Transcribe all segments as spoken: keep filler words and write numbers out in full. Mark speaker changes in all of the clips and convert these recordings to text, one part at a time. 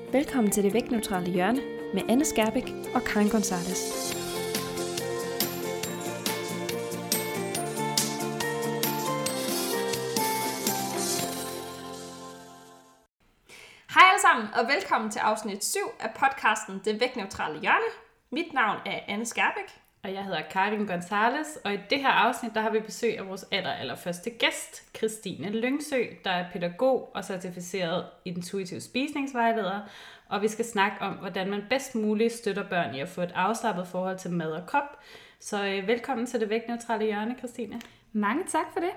Speaker 1: Velkommen til Det Vægtneutrale Hjørne med Anne Skærbæk og Karin Gonzalez.
Speaker 2: Hej alle sammen, og velkommen til afsnit syv af podcasten Det Vægtneutrale Hjørne. Mit navn er Anne Skærbæk.
Speaker 3: Og jeg hedder Karin Gonzalez, og i det her afsnit, der har vi besøg af vores aller, aller første gæst, Christine Lyngsø, der er pædagog og certificeret intuitiv spisningsvejleder. Og vi skal snakke om, hvordan man bedst muligt støtter børn i at få et afslappet forhold til mad og krop. Så øh, velkommen til Det Vægtneutrale Hjørne, Christine.
Speaker 4: Mange tak for det.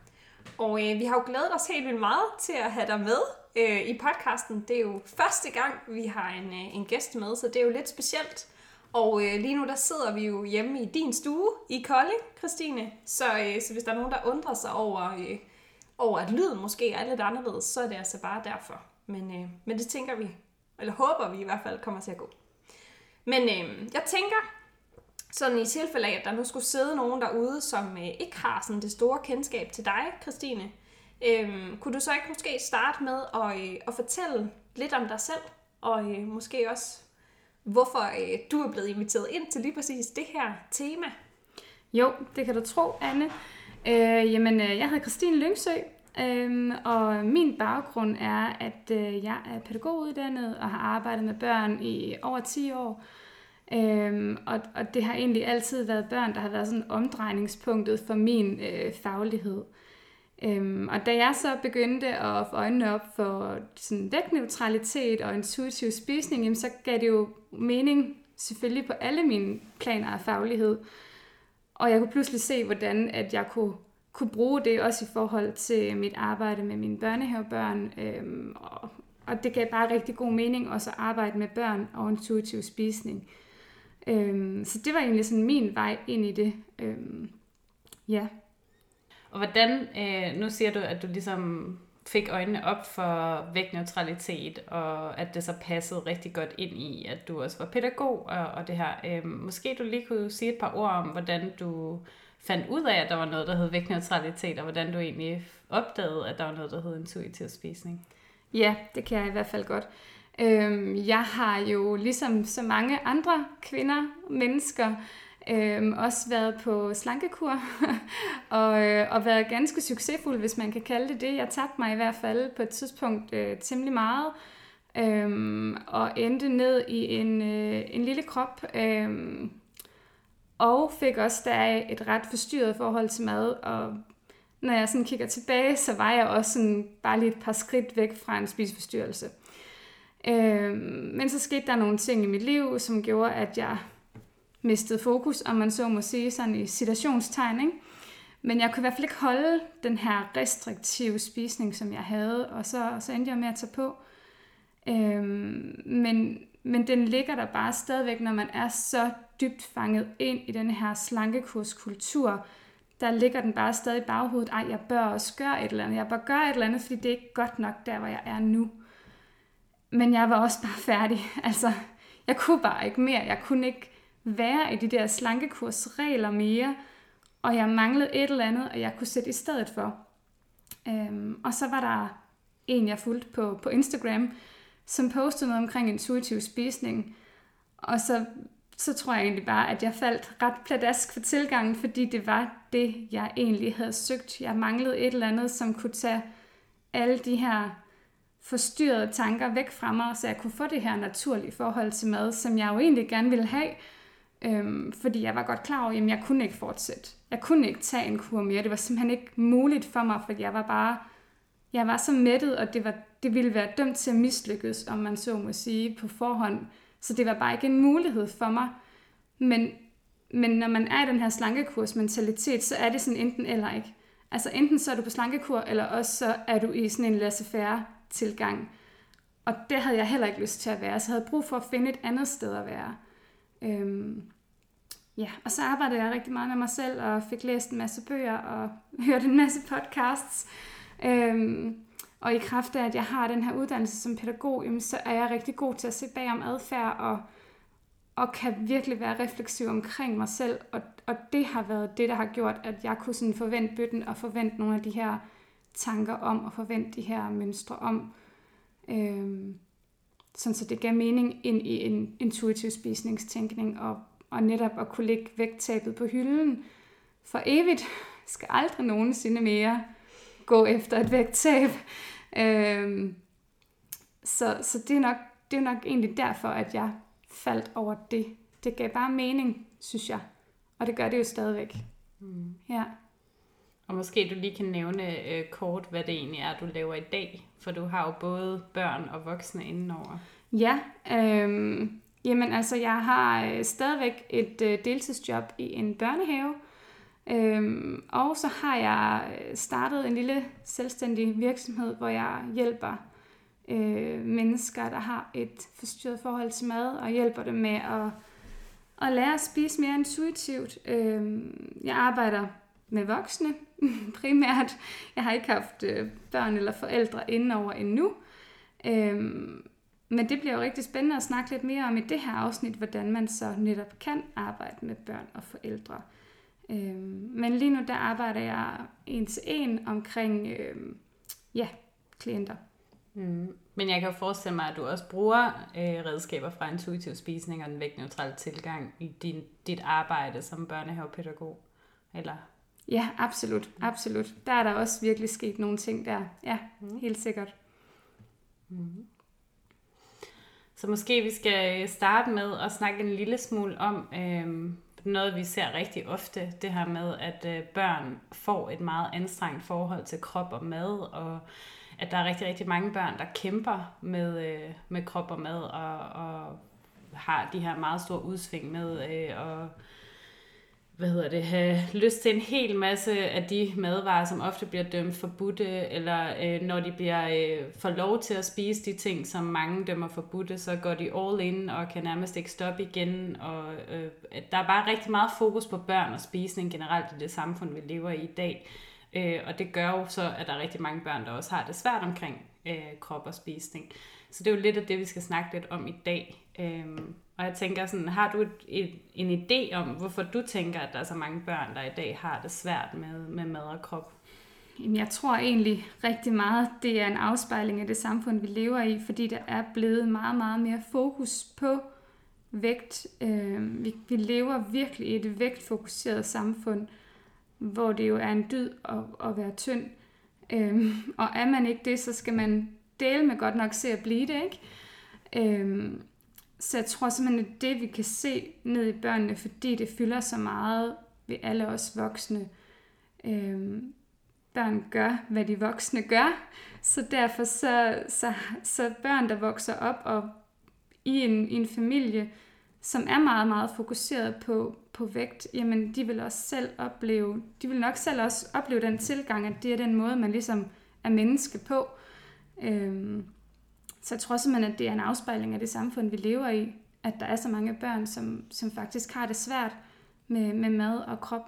Speaker 2: Og øh, vi har jo glædet os helt vildt meget til at have dig med øh, i podcasten. Det er jo første gang, vi har en, øh, en gæst med, så det er jo lidt specielt. Og øh, lige nu der sidder vi jo hjemme i din stue i Kolding, Christine. Så, øh, så hvis der er nogen, der undrer sig over, øh, over at lyden måske er lidt anderledes, så er det altså bare derfor. Men, øh, men det tænker vi, eller håber vi i hvert fald kommer til at gå. Men øh, jeg tænker, sådan i tilfælde af, at der nu skulle sidde nogen derude, som øh, ikke har sådan det store kendskab til dig, Christine. Øh, kunne du så ikke måske starte med at, øh, at fortælle lidt om dig selv, og øh, måske også hvorfor øh, du er blevet inviteret ind til lige præcis det her tema?
Speaker 4: Jo, det kan du tro, Anne. Øh, jamen, øh, jeg hedder Christine Lyngsø, øh, og min baggrund er, at øh, jeg er pædagoguddannet og har arbejdet med børn i over ti år. Øh, og, og det har egentlig altid været børn, der har været sådan omdrejningspunktet for min øh, faglighed. Øhm, og da jeg så begyndte at få øjnene op for sådan vægtneutralitet og intuitiv spisning, jamen, så gav det jo mening selvfølgelig på alle mine planer af faglighed. Og jeg kunne pludselig se, hvordan at jeg kunne, kunne bruge det også i forhold til mit arbejde med mine børnehavebørn. Øhm, og, og det gav bare rigtig god mening også at arbejde med børn og intuitiv spisning. Øhm, så det var egentlig sådan min vej ind i det. Øhm, ja.
Speaker 3: Og hvordan, øh, nu siger du, at du ligesom fik øjnene op for vægtneutralitet, og at det så passede rigtig godt ind i, at du også var pædagog og, og det her. Øh, måske du lige kunne sige et par ord om, hvordan du fandt ud af, at der var noget, der hed vægtneutralitet, og hvordan du egentlig opdagede, at der var noget, der hed intuitiv spisning.
Speaker 4: Ja, det kan jeg i hvert fald godt. Øh, jeg har jo ligesom så mange andre kvinder, mennesker, Øhm, også været på slankekur og, øh, og været ganske succesfuld, hvis man kan kalde det det. Jeg tabte mig i hvert fald på et tidspunkt øh, temmelig meget øhm, og endte ned i en, øh, en lille krop øhm, og fik også der et ret forstyrret forhold til mad. Og når jeg sådan kigger tilbage, så var jeg også sådan bare lige et par skridt væk fra en spiseforstyrrelse. Øhm, men så skete der nogle ting i mit liv, som gjorde, at jeg mistede fokus, om man så må sige, sådan i citationstegn, ikke? Men jeg kunne i hvert fald ikke holde den her restriktive spisning, som jeg havde, og så, så endte jeg med at tage på. Øhm, men, men den ligger der bare stadigvæk, når man er så dybt fanget ind i den her slankekurskultur. Der ligger den bare stadig i baghovedet. Ej, jeg bør også gøre et eller andet. Jeg bør gøre et eller andet, fordi det er ikke godt nok der, hvor jeg er nu. Men jeg var også bare færdig. Altså, jeg kunne bare ikke mere. Jeg kunne ikke være i de der slankekursregler mere, og jeg manglede et eller andet, og jeg kunne sætte i stedet for. Øhm, og så var der en, jeg fulgte på, på Instagram, som postede noget omkring intuitiv spisning, og så, så tror jeg egentlig bare, at jeg faldt ret pladask for tilgangen, fordi det var det, jeg egentlig havde søgt. Jeg manglede et eller andet, som kunne tage alle de her forstyrrede tanker væk fra mig, så jeg kunne få det her naturlige forhold til mad, som jeg jo egentlig gerne ville have. Øhm, fordi jeg var godt klar over, at jeg kunne ikke fortsætte. Jeg kunne ikke tage en kur mere. Det var simpelthen ikke muligt for mig, for jeg var bare, jeg var så mættet, og det, var, det ville være dømt til at mislykkes, om man så må sige, på forhånd. Så det var bare ikke en mulighed for mig. Men, men når man er i den her slankekursmentalitet, så er det sådan enten eller ikke. Altså enten så er du på slankekur, eller også så er du i sådan en laissez-faire tilgang. Og det havde jeg heller ikke lyst til at være, så jeg havde brug for at finde et andet sted at være. Øhm, ja, og så arbejdede jeg rigtig meget med mig selv og fik læst en masse bøger og hørt en masse podcasts. Øhm, og i kraft af, at jeg har den her uddannelse som pædagog, jamen, så er jeg rigtig god til at se bagom adfærd og, og kan virkelig være refleksiv omkring mig selv. Og, og det har været det, der har gjort, at jeg kunne sådan forvente bøtten og forvente nogle af de her tanker om og forvente de her mønstre om. Øhm, sådan så det gav mening ind i en intuitiv spisningstænkning, og, og netop at kunne lægge vægttabet på hylden for evigt. Skal aldrig nogensinde mere gå efter et vægttab. Øhm, så så det, er nok, det er nok egentlig derfor, at jeg faldt over det. Det gav bare mening, synes jeg. Og det gør det jo stadigvæk.
Speaker 3: Mm.
Speaker 4: Ja.
Speaker 3: Og måske du lige kan nævne øh, kort, hvad det egentlig er, du laver i dag. For du har jo både børn og voksne indenover.
Speaker 4: Ja, øhm, jamen altså jeg har øh, stadigvæk et øh, deltidsjob i en børnehave. Øhm, og så har jeg startet en lille selvstændig virksomhed, hvor jeg hjælper øh, mennesker, der har et forstyrret forhold til mad, og hjælper dem med at, at lære at spise mere intuitivt. Øhm, jeg arbejder med voksne primært. Jeg har ikke haft øh, børn eller forældre indenover endnu. Øhm, men det bliver jo rigtig spændende at snakke lidt mere om i det her afsnit, hvordan man så netop kan arbejde med børn og forældre. Øhm, men lige nu der arbejder jeg en til en omkring øhm, ja, klienter.
Speaker 3: Mm. Men jeg kan jo forestille mig, at du også bruger øh, redskaber fra intuitiv spisning og den vægtneutrale tilgang i din, dit arbejde som børnehavepædagog, eller?
Speaker 4: Ja, absolut, absolut. Der er der også virkelig sket nogle ting der. Ja, mm. helt sikkert.
Speaker 3: Mm. Så måske vi skal starte med at snakke en lille smule om øh, noget, vi ser rigtig ofte, det her med, at øh, børn får et meget anstrengt forhold til krop og mad, og at der er rigtig, rigtig mange børn, der kæmper med, øh, med krop og mad, og, og har de her meget store udsving med, øh, og hvad hedder det, have lyst til en hel masse af de madvarer, som ofte bliver dømt forbudte, eller øh, når de bliver øh, får lov til at spise de ting, som mange dømmer forbudte, så går de all in og kan nærmest ikke stoppe igen. Og øh, der er bare rigtig meget fokus på børn og spisning generelt i det samfund, vi lever i i dag. Øh, og det gør jo så, at der er rigtig mange børn, der også har det svært omkring øh, krop og spisning. Så det er jo lidt af det, vi skal snakke lidt om i dag. Øh, Og jeg tænker sådan, har du et, et, en idé om, hvorfor du tænker, at der er så mange børn, der i dag har det svært med, med mad og krop?
Speaker 4: Jamen, jeg tror egentlig rigtig meget, det er en afspejling af det samfund, vi lever i, fordi der er blevet meget, meget mere fokus på vægt. Øh, vi, vi lever virkelig i et vægtfokuseret samfund, hvor det jo er en dyd at, at være tynd. Øh, og er man ikke det, så skal man dele med godt nok se at blive det, ikke? Øh, Så jeg tror simpelthen, at det vi kan se ned i børnene, fordi det fylder så meget ved alle os voksne. Øhm, børn gør, hvad de voksne gør. Så derfor så, så, så børn, der vokser op og i en, i en familie, som er meget, meget fokuseret på, på vægt, jamen de vil også selv opleve, de vil nok selv også opleve den tilgang, at det er den måde, man ligesom er menneske på. Øhm, Så jeg tror simpelthen, at det er en afspejling af det samfund, vi lever i, at der er så mange børn, som, som faktisk har det svært med, med mad og krop.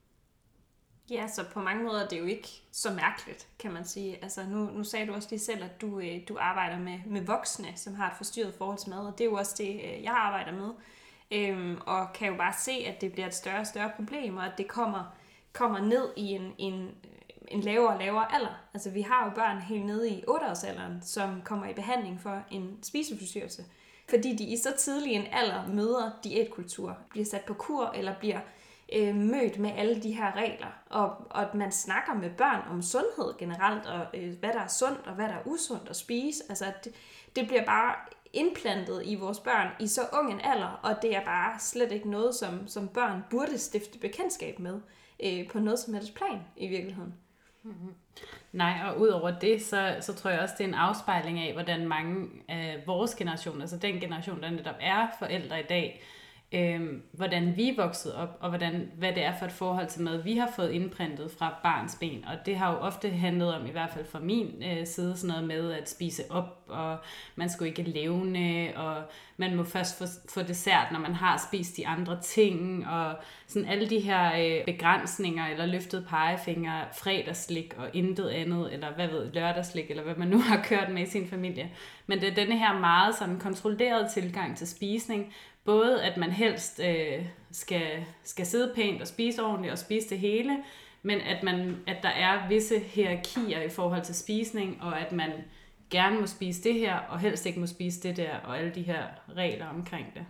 Speaker 2: Ja, så på mange måder er det jo ikke så mærkeligt, kan man sige. Altså nu, nu sagde du også lige selv, at du, du arbejder med, med voksne, som har et forstyrret forhold til mad, og det er jo også det, jeg arbejder med. Øhm, og kan jo bare se, at det bliver et større og større problem, og at det kommer, kommer ned i en... en en lavere og lavere alder. Altså vi har jo børn helt nede i otte-årsalderen, som kommer i behandling for en spiseforstyrrelse, fordi de i så tidlig en alder møder diætkultur, bliver sat på kur eller bliver øh, mødt med alle de her regler, og, og at man snakker med børn om sundhed generelt, og øh, hvad der er sundt og hvad der er usundt at spise. Altså det, det bliver bare indplantet i vores børn i så ung en alder, og det er bare slet ikke noget, som, som børn burde stifte bekendtskab med øh, på noget som helst plan i virkeligheden.
Speaker 3: Mm-hmm. Nej, og udover det, så, så tror jeg også, det er en afspejling af, hvordan mange af vores generation, altså den generation, der netop er forældre i dag, øh, hvordan vi er vokset op, og hvordan, hvad det er for et forhold til mad, vi har fået indprintet fra barns ben. Og det har jo ofte handlet om, i hvert fald fra min øh, side, sådan noget med at spise op, og man skulle ikke levne, og man må først få, få dessert, når man har spist de andre ting, og sådan alle de her øh, begrænsninger, eller løftede pegefinger, fredagslik og intet andet, eller hvad ved, lørdagslik, eller hvad man nu har kørt med i sin familie. Men det er denne her meget sådan kontrolleret tilgang til spisning, både at man helst øh, skal, skal sidde pænt og spise ordentligt og spise det hele, men at, man, at der er visse hierarkier i forhold til spisning, og at man gerne må spise det her, og helst ikke må spise det der, og alle de her regler omkring det.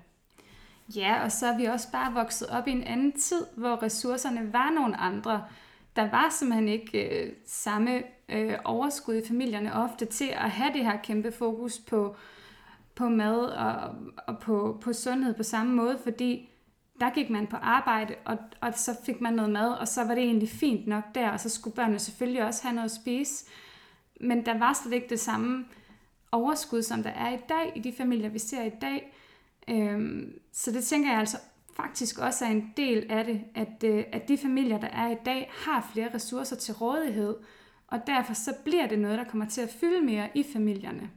Speaker 4: Ja, og så er vi også bare vokset op i en anden tid, hvor ressourcerne var nogle andre. Der var simpelthen ikke øh, samme øh, overskud i familierne ofte til at have det her kæmpe fokus på, på mad og, og på, på sundhed på samme måde, fordi der gik man på arbejde, og, og så fik man noget mad, og så var det egentlig fint nok der, og så skulle børnene selvfølgelig også have noget at spise. Men der var slet ikke det samme overskud, som der er i dag, i de familier, vi ser i dag. Øhm, så det tænker jeg altså faktisk også er en del af det, at, øh, at de familier, der er i dag, har flere ressourcer til rådighed, og derfor så bliver det noget, der kommer til at fylde mere i familierne.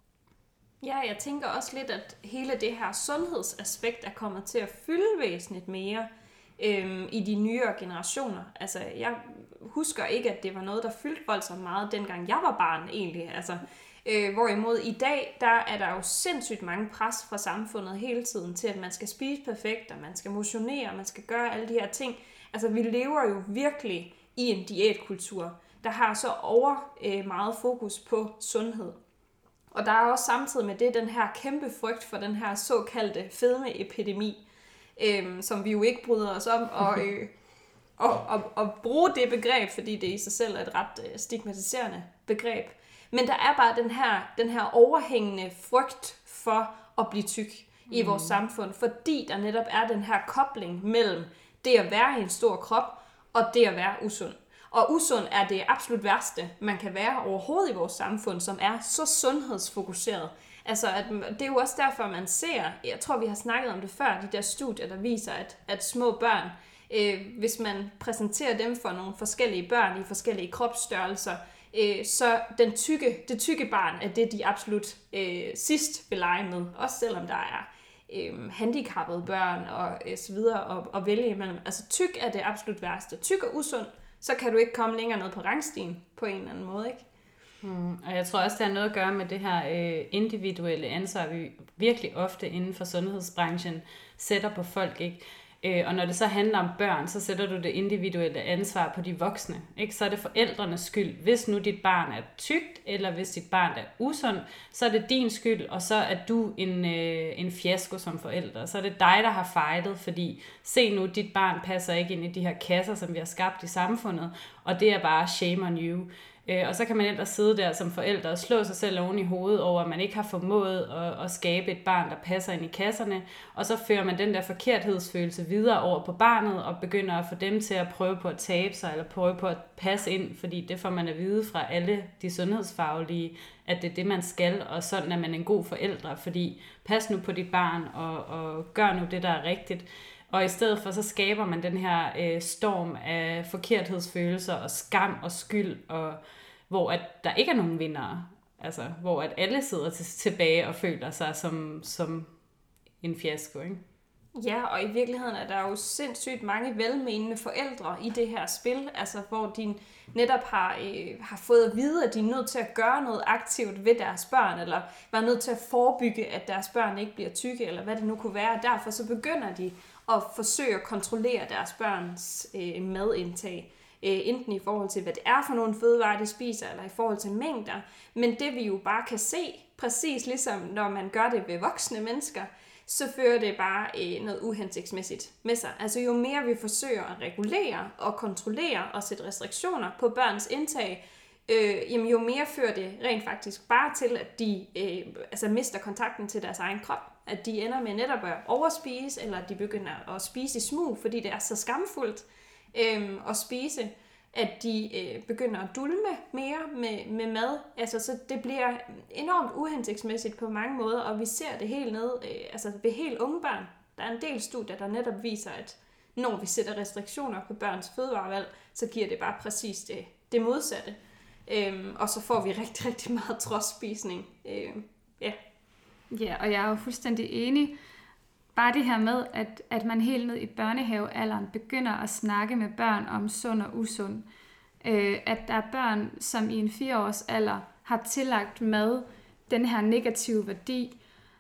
Speaker 2: Ja, jeg tænker også lidt, at hele det her sundhedsaspekt er kommet til at fylde væsentligt mere øhm, i de nyere generationer. Altså, jeg husker ikke, at det var noget, der fyldte voldsomt meget, dengang jeg var barn egentlig. Altså, øh, hvorimod i dag, der er der jo sindssygt mange pres fra samfundet hele tiden til, at man skal spise perfekt, og man skal motionere, man skal gøre alle de her ting. Altså, vi lever jo virkelig i en diætkultur, der har så over øh, meget fokus på sundhed. Og der er også samtidig med det den her kæmpe frygt for den her såkaldte fedmeepidemi, øhm, som vi jo ikke bryder os om at, øh, og, og, og bruge det begreb, fordi det i sig selv er et ret øh, stigmatiserende begreb. Men der er bare den her, den her overhængende frygt for at blive tyk i mm. vores samfund, fordi der netop er den her kobling mellem det at være i en stor krop og det at være usund. Og usund er det absolut værste, man kan være overhovedet i vores samfund, som er så sundhedsfokuseret. Altså, at, det er jo også derfor, man ser, jeg tror, vi har snakket om det før, de der studier, der viser, at, at små børn, øh, hvis man præsenterer dem for nogle forskellige børn i forskellige kropsstørrelser, øh, så den tykke, det tykke barn er det, de absolut øh, sidst vil lege med, også selvom der er øh, handicappede børn og øh, så videre og, og vælge imellem. Altså, tyk er det absolut værste. Tyk og usund, så kan du ikke komme længere ned på rangstien på en eller anden måde, ikke?
Speaker 3: Mm, og jeg tror også, det har noget at gøre med det her øh, individuelle ansvar, vi virkelig ofte inden for sundhedsbranchen sætter på folk, ikke? Øh, og når det så handler om børn, så sætter du det individuelle ansvar på de voksne, ikke? Så er det forældrenes skyld. Hvis nu dit barn er tykt, eller hvis dit barn er usund, så er det din skyld, og så er du en, øh, en fiasko som forælder. Så er det dig, der har fejlet, fordi se nu, dit barn passer ikke ind i de her kasser, som vi har skabt i samfundet, og det er bare shame on you. Øh, og så kan man ellers sidde der som forældre og slå sig selv oven i hovedet over, at man ikke har formået at, at skabe et barn, der passer ind i kasserne, og så fører man den der forkerthedsfølelse videre over på barnet, og begynder at få dem til at prøve på at tabe sig, eller prøve på at passe ind, fordi det får man at vide fra alle de sundhedsfaglige, at det er det, man skal, og sådan er man en god forældre, fordi pas nu på dit barn, og, og gør nu det, der er rigtigt. Og i stedet for, så skaber man den her øh, storm af forkerthedsfølelser og skam og skyld, og hvor at der ikke er nogen vindere. Altså, hvor at alle sidder til, tilbage og føler sig som, som en fiasko, ikke?
Speaker 2: Ja, og i virkeligheden er der jo sindssygt mange velmenende forældre i det her spil, altså hvor de netop har, øh, har fået at vide, at de er nødt til at gøre noget aktivt ved deres børn, eller var nødt til at forebygge, at deres børn ikke bliver tykke, eller hvad det nu kunne være. Derfor så begynder de at forsøge at kontrollere deres børns øh, madindtag, øh, enten i forhold til, hvad det er for nogle fødevarer, de spiser, eller i forhold til mængder. Men det vi jo bare kan se, præcis ligesom når man gør det ved voksne mennesker, så fører det bare øh, noget uhensigtsmæssigt med sig. Altså jo mere vi forsøger at regulere og kontrollere og sætte restriktioner på børns indtag, øh, jamen, jo mere fører det rent faktisk bare til, at de øh, altså mister kontakten til deres egen krop. At de ender med netop at overspise, eller at de begynder at spise i smug, fordi det er så skamfuldt øh, at spise, at de øh, begynder at dulme mere med, med mad. Altså, så det bliver enormt uhensigtsmæssigt på mange måder, og vi ser det helt ned, øh, altså ved helt unge børn. Der er en del studier, der netop viser, at når vi sætter restriktioner på børns fødevarevalg, så giver det bare præcis det, det modsatte. Øhm, og så får vi rigtig, rigtig meget trodspisning. Øhm, ja.
Speaker 4: Ja, og jeg er jo fuldstændig enig. Bare det her med, at, at man helt ned i børnehavealderen begynder at snakke med børn om sund og usund. Øh, at der er børn, som i en fireårs alder har tillagt mad den her negative værdi.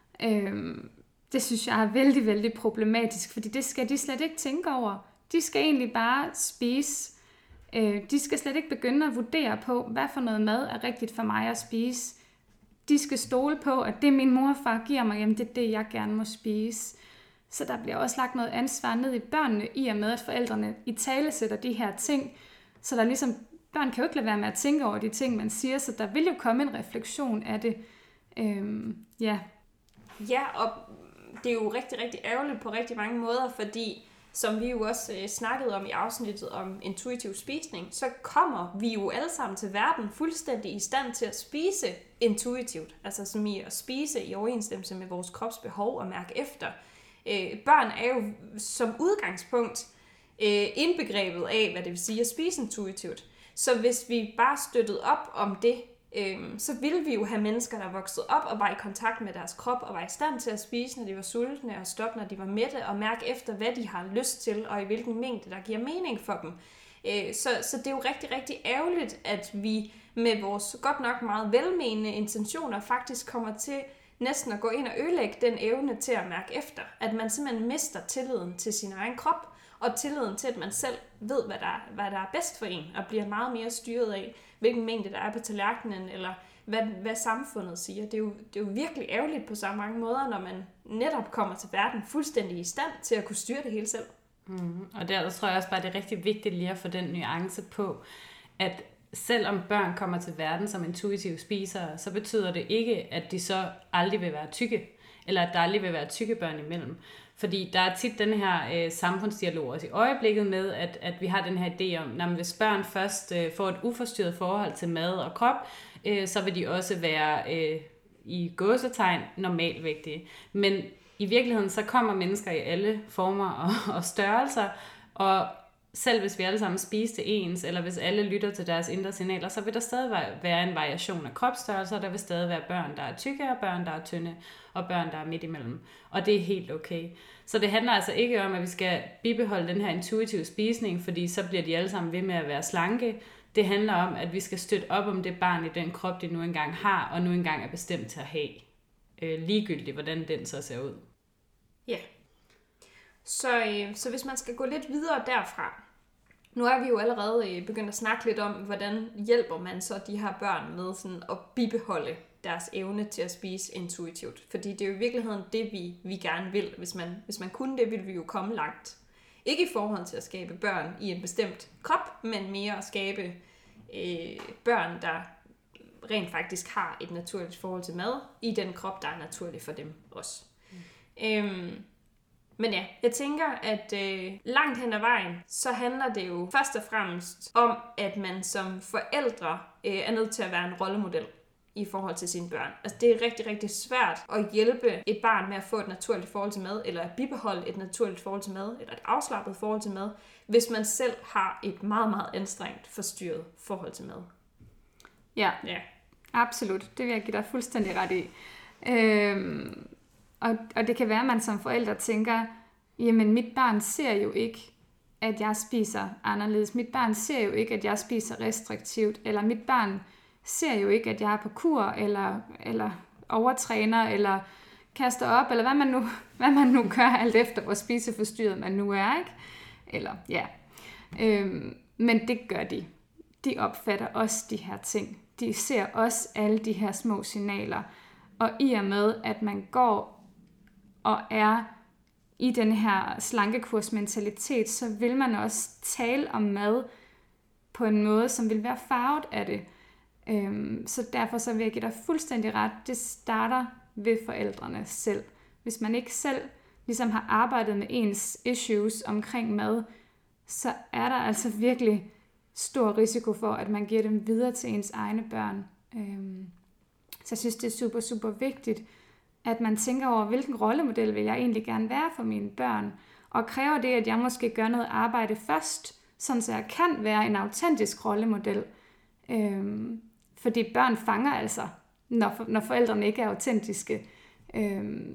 Speaker 4: Øh, det synes jeg er vældig, vældig problematisk, fordi det skal de slet ikke tænke over. De skal egentlig bare spise. Øh, de skal slet ikke begynde at vurdere på, hvad for noget mad er rigtigt for mig at spise. de skal stole på, at det min mor og far giver mig, jamen det er det, jeg gerne må spise. Så der bliver også lagt noget ansvar ned i børnene, i og med, at forældrene i tale sætter de her ting. Så der ligesom, børn kan jo ikke lade være med at tænke over de ting, man siger, så der vil jo komme en refleksion af det. Øhm, ja.
Speaker 2: Ja, og det er jo rigtig, rigtig ærgerligt på rigtig mange måder, fordi som vi jo også øh, snakkede om i afsnittet om intuitiv spisning, så kommer vi jo alle sammen til verden fuldstændig i stand til at spise intuitivt. Altså som i at spise i overensstemmelse med vores kropsbehov og mærke efter. Øh, børn er jo som udgangspunkt øh, indbegrebet af, hvad det vil sige at spise intuitivt. Så hvis vi bare støttede op om det, Øhm, så ville vi jo have mennesker, der voksede op og var i kontakt med deres krop og var i stand til at spise, når de var sultne, og stoppe, når de var mætte, og mærke efter, hvad de har lyst til, og i hvilken mængde, der giver mening for dem. Øh, så, så det er jo rigtig, rigtig ærgerligt, at vi med vores godt nok meget velmenende intentioner faktisk kommer til næsten at gå ind og ødelægge den evne til at mærke efter. At man simpelthen mister tilliden til sin egen krop, og tilliden til, at man selv ved, hvad der, hvad der er bedst for en, og bliver meget mere styret af, hvilken mængde der er på tallerkenen, eller hvad, hvad samfundet siger. Det er, jo, det er jo virkelig ærgerligt på så mange måder, når man netop kommer til verden fuldstændig i stand til at kunne styre det hele selv.
Speaker 3: Mm. Og der tror jeg også bare, det er rigtig vigtigt lige at få den nuance på, at selvom børn kommer til verden som intuitive spisere, så betyder det ikke, at de så aldrig vil være tykke, eller at der aldrig vil være tykke børn imellem. Fordi der er tit den her øh, samfundsdialog også i øjeblikket med, at, at vi har den her idé om, at hvis børn først øh, får et uforstyrret forhold til mad og krop, øh, så vil de også være øh, i gåsetegn normalvægtige. Men i virkeligheden så kommer mennesker i alle former og, og størrelser, og selv hvis vi alle sammen spiste ens, eller hvis alle lytter til deres indre signaler, så vil der stadig være en variation af kropsstørrelser, der vil stadig være børn, der er tykke, og børn, der er tynde, og børn, der er midt imellem. Og det er helt okay. Så det handler altså ikke om, at vi skal bibeholde den her intuitive spisning, fordi så bliver de alle sammen ved med at være slanke. Det handler om, at vi skal støtte op om det barn i den krop, de nu engang har, og nu engang er bestemt til at have. Øh, ligegyldigt, hvordan den så ser ud.
Speaker 2: Ja. Så, øh, så hvis man skal gå lidt videre derfra, nu er vi jo allerede øh, begyndt at snakke lidt om, hvordan hjælper man så de her børn med sådan at bibeholde deres evne til at spise intuitivt. Fordi det er jo i virkeligheden det, vi, vi gerne vil. Hvis man, hvis man kunne det, ville vi jo komme langt. Ikke i forhold til at skabe børn i en bestemt krop, men mere at skabe øh, børn, der rent faktisk har et naturligt forhold til mad, i den krop, der er naturlig for dem også. Mm. Øhm, Men ja, jeg tænker, at øh, langt hen ad vejen, så handler det jo først og fremmest om, at man som forældre øh, er nødt til at være en rollemodel i forhold til sine børn. Altså det er rigtig, rigtig svært at hjælpe et barn med at få et naturligt forhold til mad, eller at bibeholde et naturligt forhold til mad, eller et afslappet forhold til mad, hvis man selv har et meget, meget anstrengt, forstyrret forhold til mad.
Speaker 4: Ja,
Speaker 2: ja.
Speaker 4: Absolut. Det vil jeg give dig fuldstændig ret i. Øhm, og, og det kan være, at man som forælder tænker, jamen mit barn ser jo ikke, at jeg spiser anderledes. Mit barn ser jo ikke, at jeg spiser restriktivt, eller mit barn ser jo ikke, at jeg er på kur, eller, eller overtræner, eller kaster op, eller hvad man nu, hvad man nu gør, alt efter hvor spiseforstyrret man nu er, ikke? Eller, ja. Øhm, men det gør de. De opfatter også de her ting. De ser også alle de her små signaler. Og i og med, at man går og er i den her slankekursmentalitet, så vil man også tale om mad på en måde, som vil være farvet af det. Øhm, så derfor så vil jeg give dig fuldstændig ret. Det starter ved forældrene selv. Hvis man ikke selv ligesom har arbejdet med ens issues omkring mad, så er der altså virkelig stor risiko for, at man giver dem videre til ens egne børn. Øhm, så jeg synes, det er super, super vigtigt, at man tænker over, hvilken rollemodel vil jeg egentlig gerne være for mine børn, og kræver det, at jeg måske gør noget arbejde først, sådan så jeg kan være en autentisk rollemodel. Øhm, fordi børn fanger altså, når, for, når forældrene ikke er autentiske. Øhm,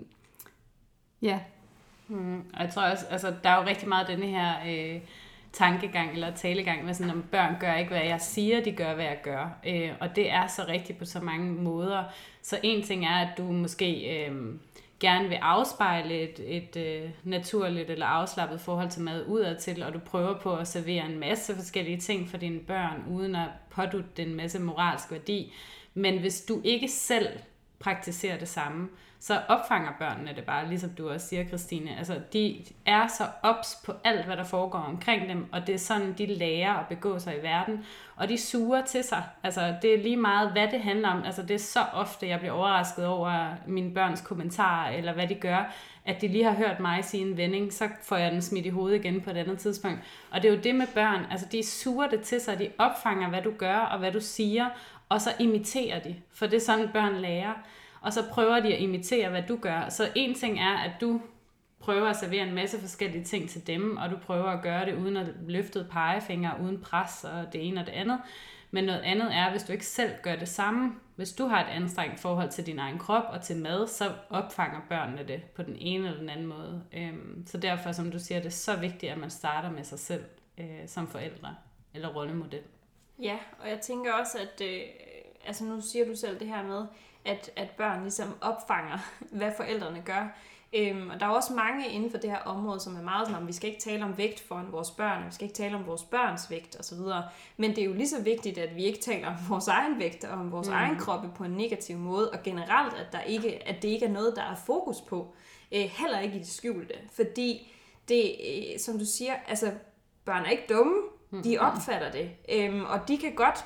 Speaker 4: ja.
Speaker 3: Mm, og jeg tror også, altså, der er jo rigtig meget denne her øh, tankegang eller talegang med sådan, om børn gør ikke, hvad jeg siger, de gør, hvad jeg gør. Øh, og det er så rigtigt på så mange måder. Så en ting er, at du måske øh, gerne vil afspejle et, et øh, naturligt eller afslappet forhold til mad udadtil, og du prøver på at servere en masse forskellige ting for dine børn, uden at pådutte den masse moralsk værdi. Men hvis du ikke selv praktiserer det samme, så opfanger børnene det bare, ligesom du også siger, Christine. Altså, de er så ops på alt, hvad der foregår omkring dem, og det er sådan, de lærer at begå sig i verden, og de suger til sig. Altså, det er lige meget, hvad det handler om. Altså, det er så ofte, jeg bliver overrasket over mine børns kommentarer, eller hvad de gør, at de lige har hørt mig sige en vending, så får jeg den smidt i hovedet igen på et andet tidspunkt. Og det er jo det med børn, altså de suger det til sig, de opfanger, hvad du gør, og hvad du siger, og så imiterer de, for det er sådan, børn lærer. Og så prøver de at imitere, hvad du gør. Så en ting er, at du prøver at servere en masse forskellige ting til dem, og du prøver at gøre det uden at løfte pegefinger, uden pres og det ene og det andet. Men noget andet er, hvis du ikke selv gør det samme. Hvis du har et anstrengt forhold til din egen krop og til mad, så opfanger børnene det på den ene eller den anden måde. Så derfor, som du siger, det er så vigtigt, at man starter med sig selv som forældre eller rollemodel.
Speaker 2: Ja, og jeg tænker også, at øh, altså nu siger du selv det her med, at, at børn ligesom opfanger, hvad forældrene gør. Øhm, og der er også mange inden for det her område, som er meget sådan, om vi skal ikke tale om vægt foran vores børn, vi skal ikke tale om vores børns vægt osv. Men det er jo lige så vigtigt, at vi ikke taler om vores egen vægt og om vores mm. egen kroppe på en negativ måde, og generelt, at, der ikke, at det ikke er noget, der er fokus på. Øh, heller ikke i det skjulte. Fordi det, øh, som du siger, altså børn er ikke dumme, de opfatter det, øhm, og de kan godt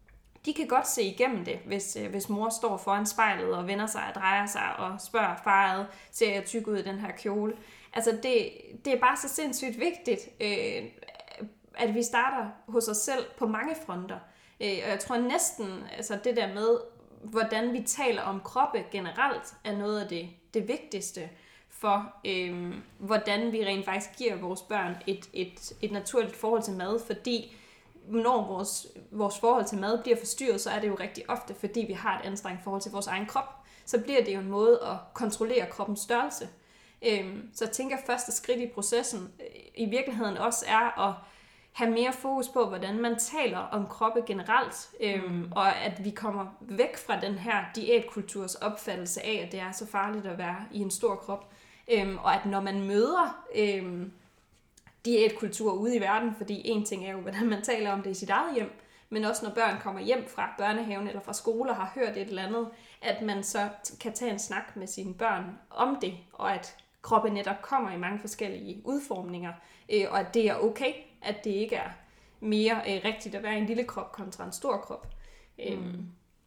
Speaker 2: De kan godt se igennem det, hvis, øh, hvis mor står foran spejlet og vender sig og drejer sig og spørger faret, ser jeg tyk ud i den her kjole? Altså det, det er bare så sindssygt vigtigt, øh, at vi starter hos os selv på mange fronter. Øh, og jeg tror næsten, altså det der med, hvordan vi taler om kroppe generelt, er noget af det, det vigtigste for, øh, hvordan vi rent faktisk giver vores børn et, et, et naturligt forhold til mad, fordi når vores, vores forhold til mad bliver forstyrret, så er det jo rigtig ofte, fordi vi har et anstrengt forhold til vores egen krop. Så bliver det jo en måde at kontrollere kroppens størrelse. Øhm, så jeg tænker, at første skridt i processen øh, i virkeligheden også er at have mere fokus på, hvordan man taler om kroppe generelt, øhm, mm. og at vi kommer væk fra den her diætkulturs opfattelse af, at det er så farligt at være i en stor krop. Øhm, og at når man møder øhm, diætkultur ude i verden, fordi en ting er jo, hvordan man taler om det i sit eget hjem, men også når børn kommer hjem fra børnehaven eller fra skole og har hørt et eller andet, at man så kan tage en snak med sine børn om det, og at kroppen netop kommer i mange forskellige udformninger, og at det er okay, at det ikke er mere rigtigt at være en lille krop kontra en stor krop. Mm.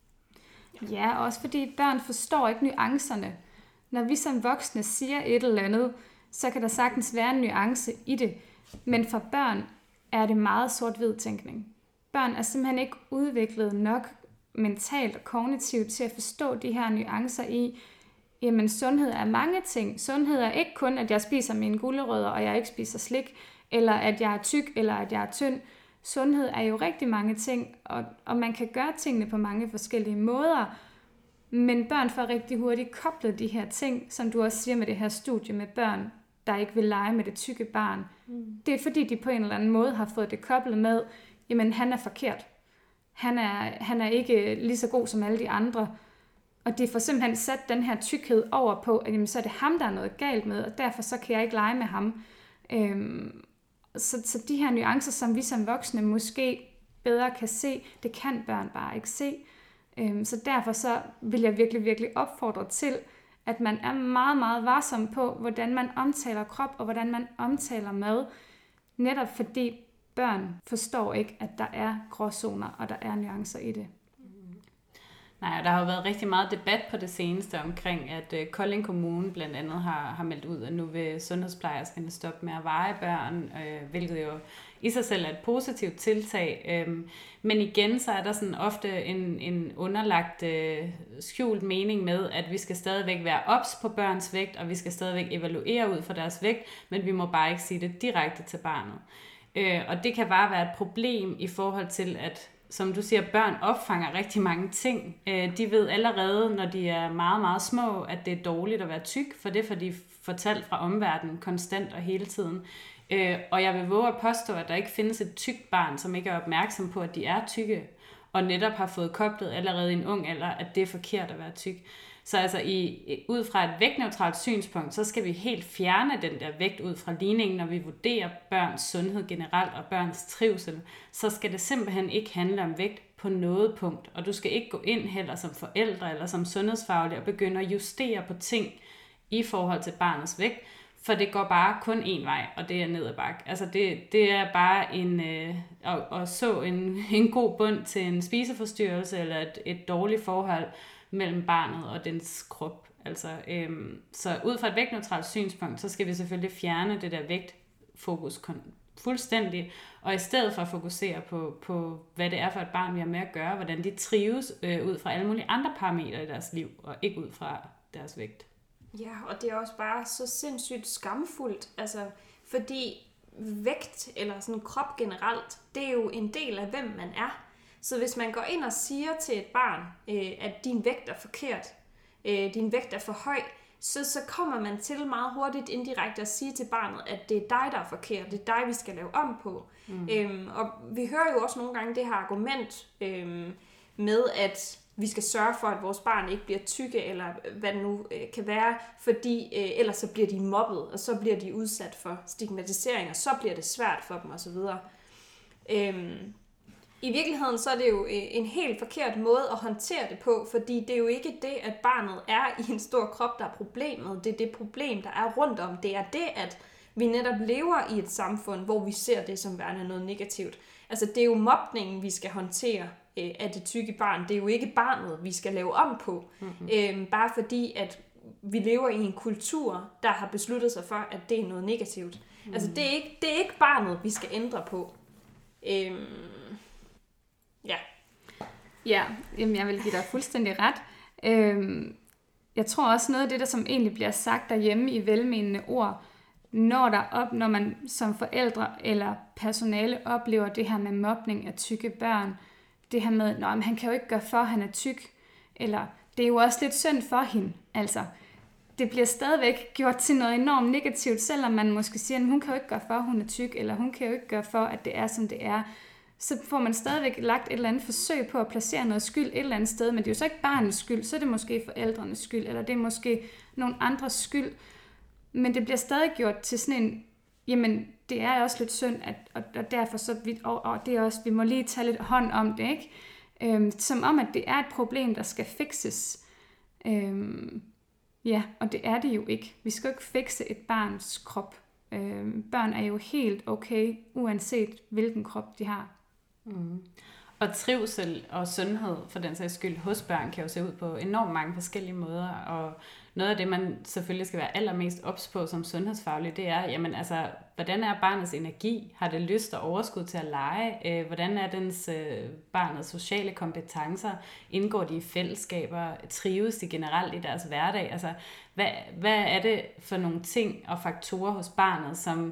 Speaker 4: Ja, også fordi børn forstår ikke nuancerne. Når vi som voksne siger et eller andet, så kan der sagtens være en nuance i det. Men for børn er det meget sort-hvid tænkning. Børn er simpelthen ikke udviklet nok mentalt og kognitivt til at forstå de her nuancer i, jamen sundhed er mange ting. Sundhed er ikke kun, at jeg spiser mine gulerødder, og jeg ikke spiser slik, eller at jeg er tyk, eller at jeg er tynd. Sundhed er jo rigtig mange ting, og, og man kan gøre tingene på mange forskellige måder. Men børn får rigtig hurtigt koblet de her ting, som du også siger med det her studie med børn, der ikke vil lege med det tykke barn. Mm. Det er fordi, de på en eller anden måde har fået det koblet med, jamen han er forkert. Han er, han er ikke lige så god som alle de andre. Og de får simpelthen sat den her tykkhed over på, at jamen, så er det ham, der er noget galt med, og derfor så kan jeg ikke lege med ham. Øhm, så, så de her nuancer, som vi som voksne måske bedre kan se, det kan børn bare ikke se. Øhm, så derfor så vil jeg virkelig, virkelig opfordre til, at man er meget, meget varsom på, hvordan man omtaler krop, og hvordan man omtaler mad. Netop fordi børn forstår ikke, at der er gråzoner, og der er nuancer i det.
Speaker 3: Nej, der har jo været rigtig meget debat på det seneste omkring, at øh, Kolding Kommune blandt andet har, har meldt ud, at nu vil sundhedsplejerskerne stoppe med at veje børn, øh, hvilket jo i sig selv er et positivt tiltag. Øh, men igen, så er der sådan ofte en, en underlagt øh, skjult mening med, at vi skal stadigvæk være ops på børns vægt, og vi skal stadigvæk evaluere ud fra deres vægt, men vi må bare ikke sige det direkte til barnet. Øh, og det kan bare være et problem i forhold til, at som du siger, børn opfanger rigtig mange ting. De ved allerede, når de er meget, meget små, at det er dårligt at være tyk, for det får de fortalt fra omverdenen konstant og hele tiden. Og jeg vil våge at påstå, at der ikke findes et tykt barn, som ikke er opmærksom på, at de er tykke, og netop har fået koblet allerede i en ung alder, at det er forkert at være tyk. Så altså i, ud fra et vægtneutralt synspunkt, så skal vi helt fjerne den der vægt ud fra ligningen, når vi vurderer børns sundhed generelt og børns trivsel. Så skal det simpelthen ikke handle om vægt på på noget punkt, og du skal ikke gå ind heller som forældre eller som sundhedsfaglig og begynde at justere på ting i forhold til barnets vægt, for det går bare kun én vej, og det er ned ad bakke. Altså det, det er bare en, øh, at, at så en, en god bund til en spiseforstyrrelse eller et, et dårligt forhold mellem barnet og dens krop. Altså, øhm, så ud fra et vægtneutralt synspunkt, så skal vi selvfølgelig fjerne det der vægtfokus fuldstændig, og i stedet for at fokusere på, på, hvad det er for et barn, vi har med at gøre, hvordan de trives øh, ud fra alle mulige andre parametre i deres liv, og ikke ud fra deres vægt.
Speaker 2: Ja, og det er også bare så sindssygt skamfuldt, altså, fordi vægt, eller sådan krop generelt, det er jo en del af, hvem man er. Så hvis man går ind og siger til et barn, øh, at din vægt er forkert, øh, din vægt er for høj, så, så kommer man til meget hurtigt indirekte at sige til barnet, at det er dig, der er forkert, det er dig, vi skal lave om på. Mm. Øhm, og vi hører jo også nogle gange det her argument øhm, med, at vi skal sørge for, at vores barn ikke bliver tykke, eller hvad det nu øh, kan være, fordi øh, ellers så bliver de mobbet, og så bliver de udsat for stigmatisering, og så bliver det svært for dem osv. Øhm, I virkeligheden så er det jo en helt forkert måde at håndtere det på, fordi det er jo ikke det, at barnet er i en stor krop, der er problemet. Det er det problem, der er rundt om. Det er det, at vi netop lever i et samfund, hvor vi ser det som værende noget negativt. Altså det er jo mobningen, vi skal håndtere øh, af det tykke barn. Det er jo ikke barnet, vi skal lave om på. Mm-hmm. Øh, bare fordi, at vi lever i en kultur, der har besluttet sig for, at det er noget negativt. Mm. Altså det er, ikke, det er ikke barnet, vi skal ændre på. Øh, Ja.
Speaker 4: Ja, jamen jeg vil give dig fuldstændig ret. Øhm, jeg tror også noget af det, der som egentlig bliver sagt derhjemme i velmenende ord, når der op, når man som forældre eller personale oplever det her med mobning af tykke børn, det her med, at han kan jo ikke gøre for, at han er tyk, eller det er jo også lidt synd for hende. Altså, det bliver stadigvæk gjort til noget enormt negativt, selvom man måske siger, at hun kan jo ikke gøre for, at hun er tyk, eller hun kan jo ikke gøre for, at det er, som det er. Så får man stadigvæk lagt et eller andet forsøg på at placere noget skyld et eller andet sted, men det er jo så ikke barnets skyld, så er det måske forældrenes skyld, eller det er måske nogle andres skyld. Men det bliver stadig gjort til sådan en, jamen det er også lidt synd, at, og, og derfor så, vi, og, og det er også, vi må lige tage lidt hånd om det, ikke? Øhm, som om, at det er et problem, der skal fikses. Øhm, ja, og det er det jo ikke. Vi skal jo ikke fikse et barns krop. Øhm, børn er jo helt okay, uanset hvilken krop de har.
Speaker 3: Mm. Og trivsel og sundhed for den sags skyld hos børn kan jo se ud på enormt mange forskellige måder, og noget af det, man selvfølgelig skal være allermest ops på som sundhedsfaglig, det er, jamen altså, hvordan er barnets energi? Har det lyst og overskud til at lege? Hvordan er dens barnets sociale kompetencer? Indgår de i fællesskaber? Trives de generelt i deres hverdag? Altså, hvad, hvad er det for nogle ting og faktorer hos barnet, som,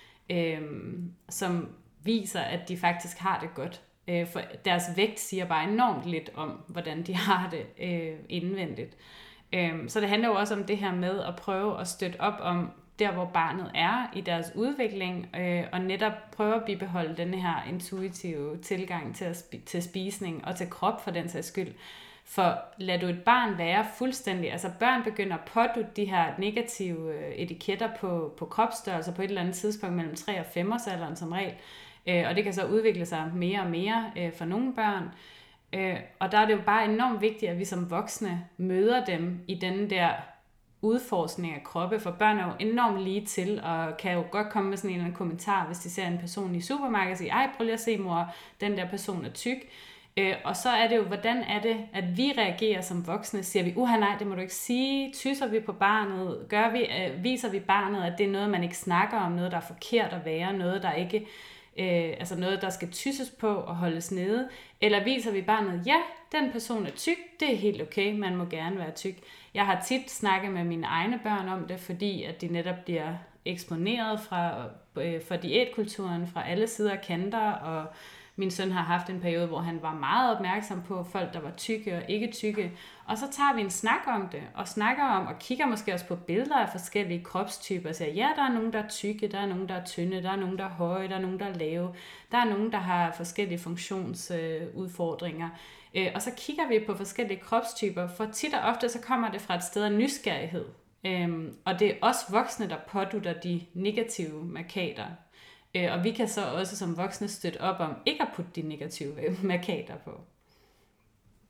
Speaker 3: øhm, som viser, at de faktisk har det godt? For deres vægt siger bare enormt lidt om, hvordan de har det øh, indvendigt. Øh, så det handler jo også om det her med at prøve at støtte op om der, hvor barnet er i deres udvikling, øh, og netop prøve at bibeholde den her intuitive tilgang til, at spi- til spisning og til krop for den sags skyld. For lad du et barn være fuldstændig, altså børn begynder at pådutte de her negative etiketter på, på kropsstørrelse på et eller andet tidspunkt mellem tre og fem års alderen som regel, øh, og det kan så udvikle sig mere og mere øh, for nogle børn. Øh, og der er det jo bare enormt vigtigt, at vi som voksne møder dem i den der udforskning af kroppe, for børn er jo enormt lige til, og kan jo godt komme med sådan en eller anden kommentar, hvis de ser en person i supermarkedet og siger, ej, prøv lige at se, mor, den der person er tyk. Øh, og så er det jo, hvordan er det, at vi reagerer som voksne? Siger vi, uha nej, det må du ikke sige, tysser vi på barnet, gør vi, øh, viser vi barnet, at det er noget, man ikke snakker om, noget, der er forkert at være, noget, der ikke, øh, altså noget, der skal tysses på og holdes nede, eller viser vi barnet, ja, den person er tyk, det er helt okay, man må gerne være tyk. Jeg har tit snakket med mine egne børn om det, fordi at de netop bliver eksponeret fra, øh, for diætkulturen fra alle sider og kanter, og min søn har haft en periode, hvor han var meget opmærksom på folk, der var tykke og ikke tykke. Og så tager vi en snak om det, og snakker om, og kigger måske også på billeder af forskellige kropstyper, og siger, ja, der er nogen, der er tykke, der er nogen, der er tynde, der er nogen, der er høje, der er nogen, der er lave, der er nogen, der har forskellige funktionsudfordringer. Øh, og så kigger vi på forskellige kropstyper, for tit og ofte så kommer det fra et sted af nysgerrighed. Øhm, og det er også voksne, der pådutter de negative markader. Og vi kan så også som voksne støtte op om ikke at putte de negative markader på.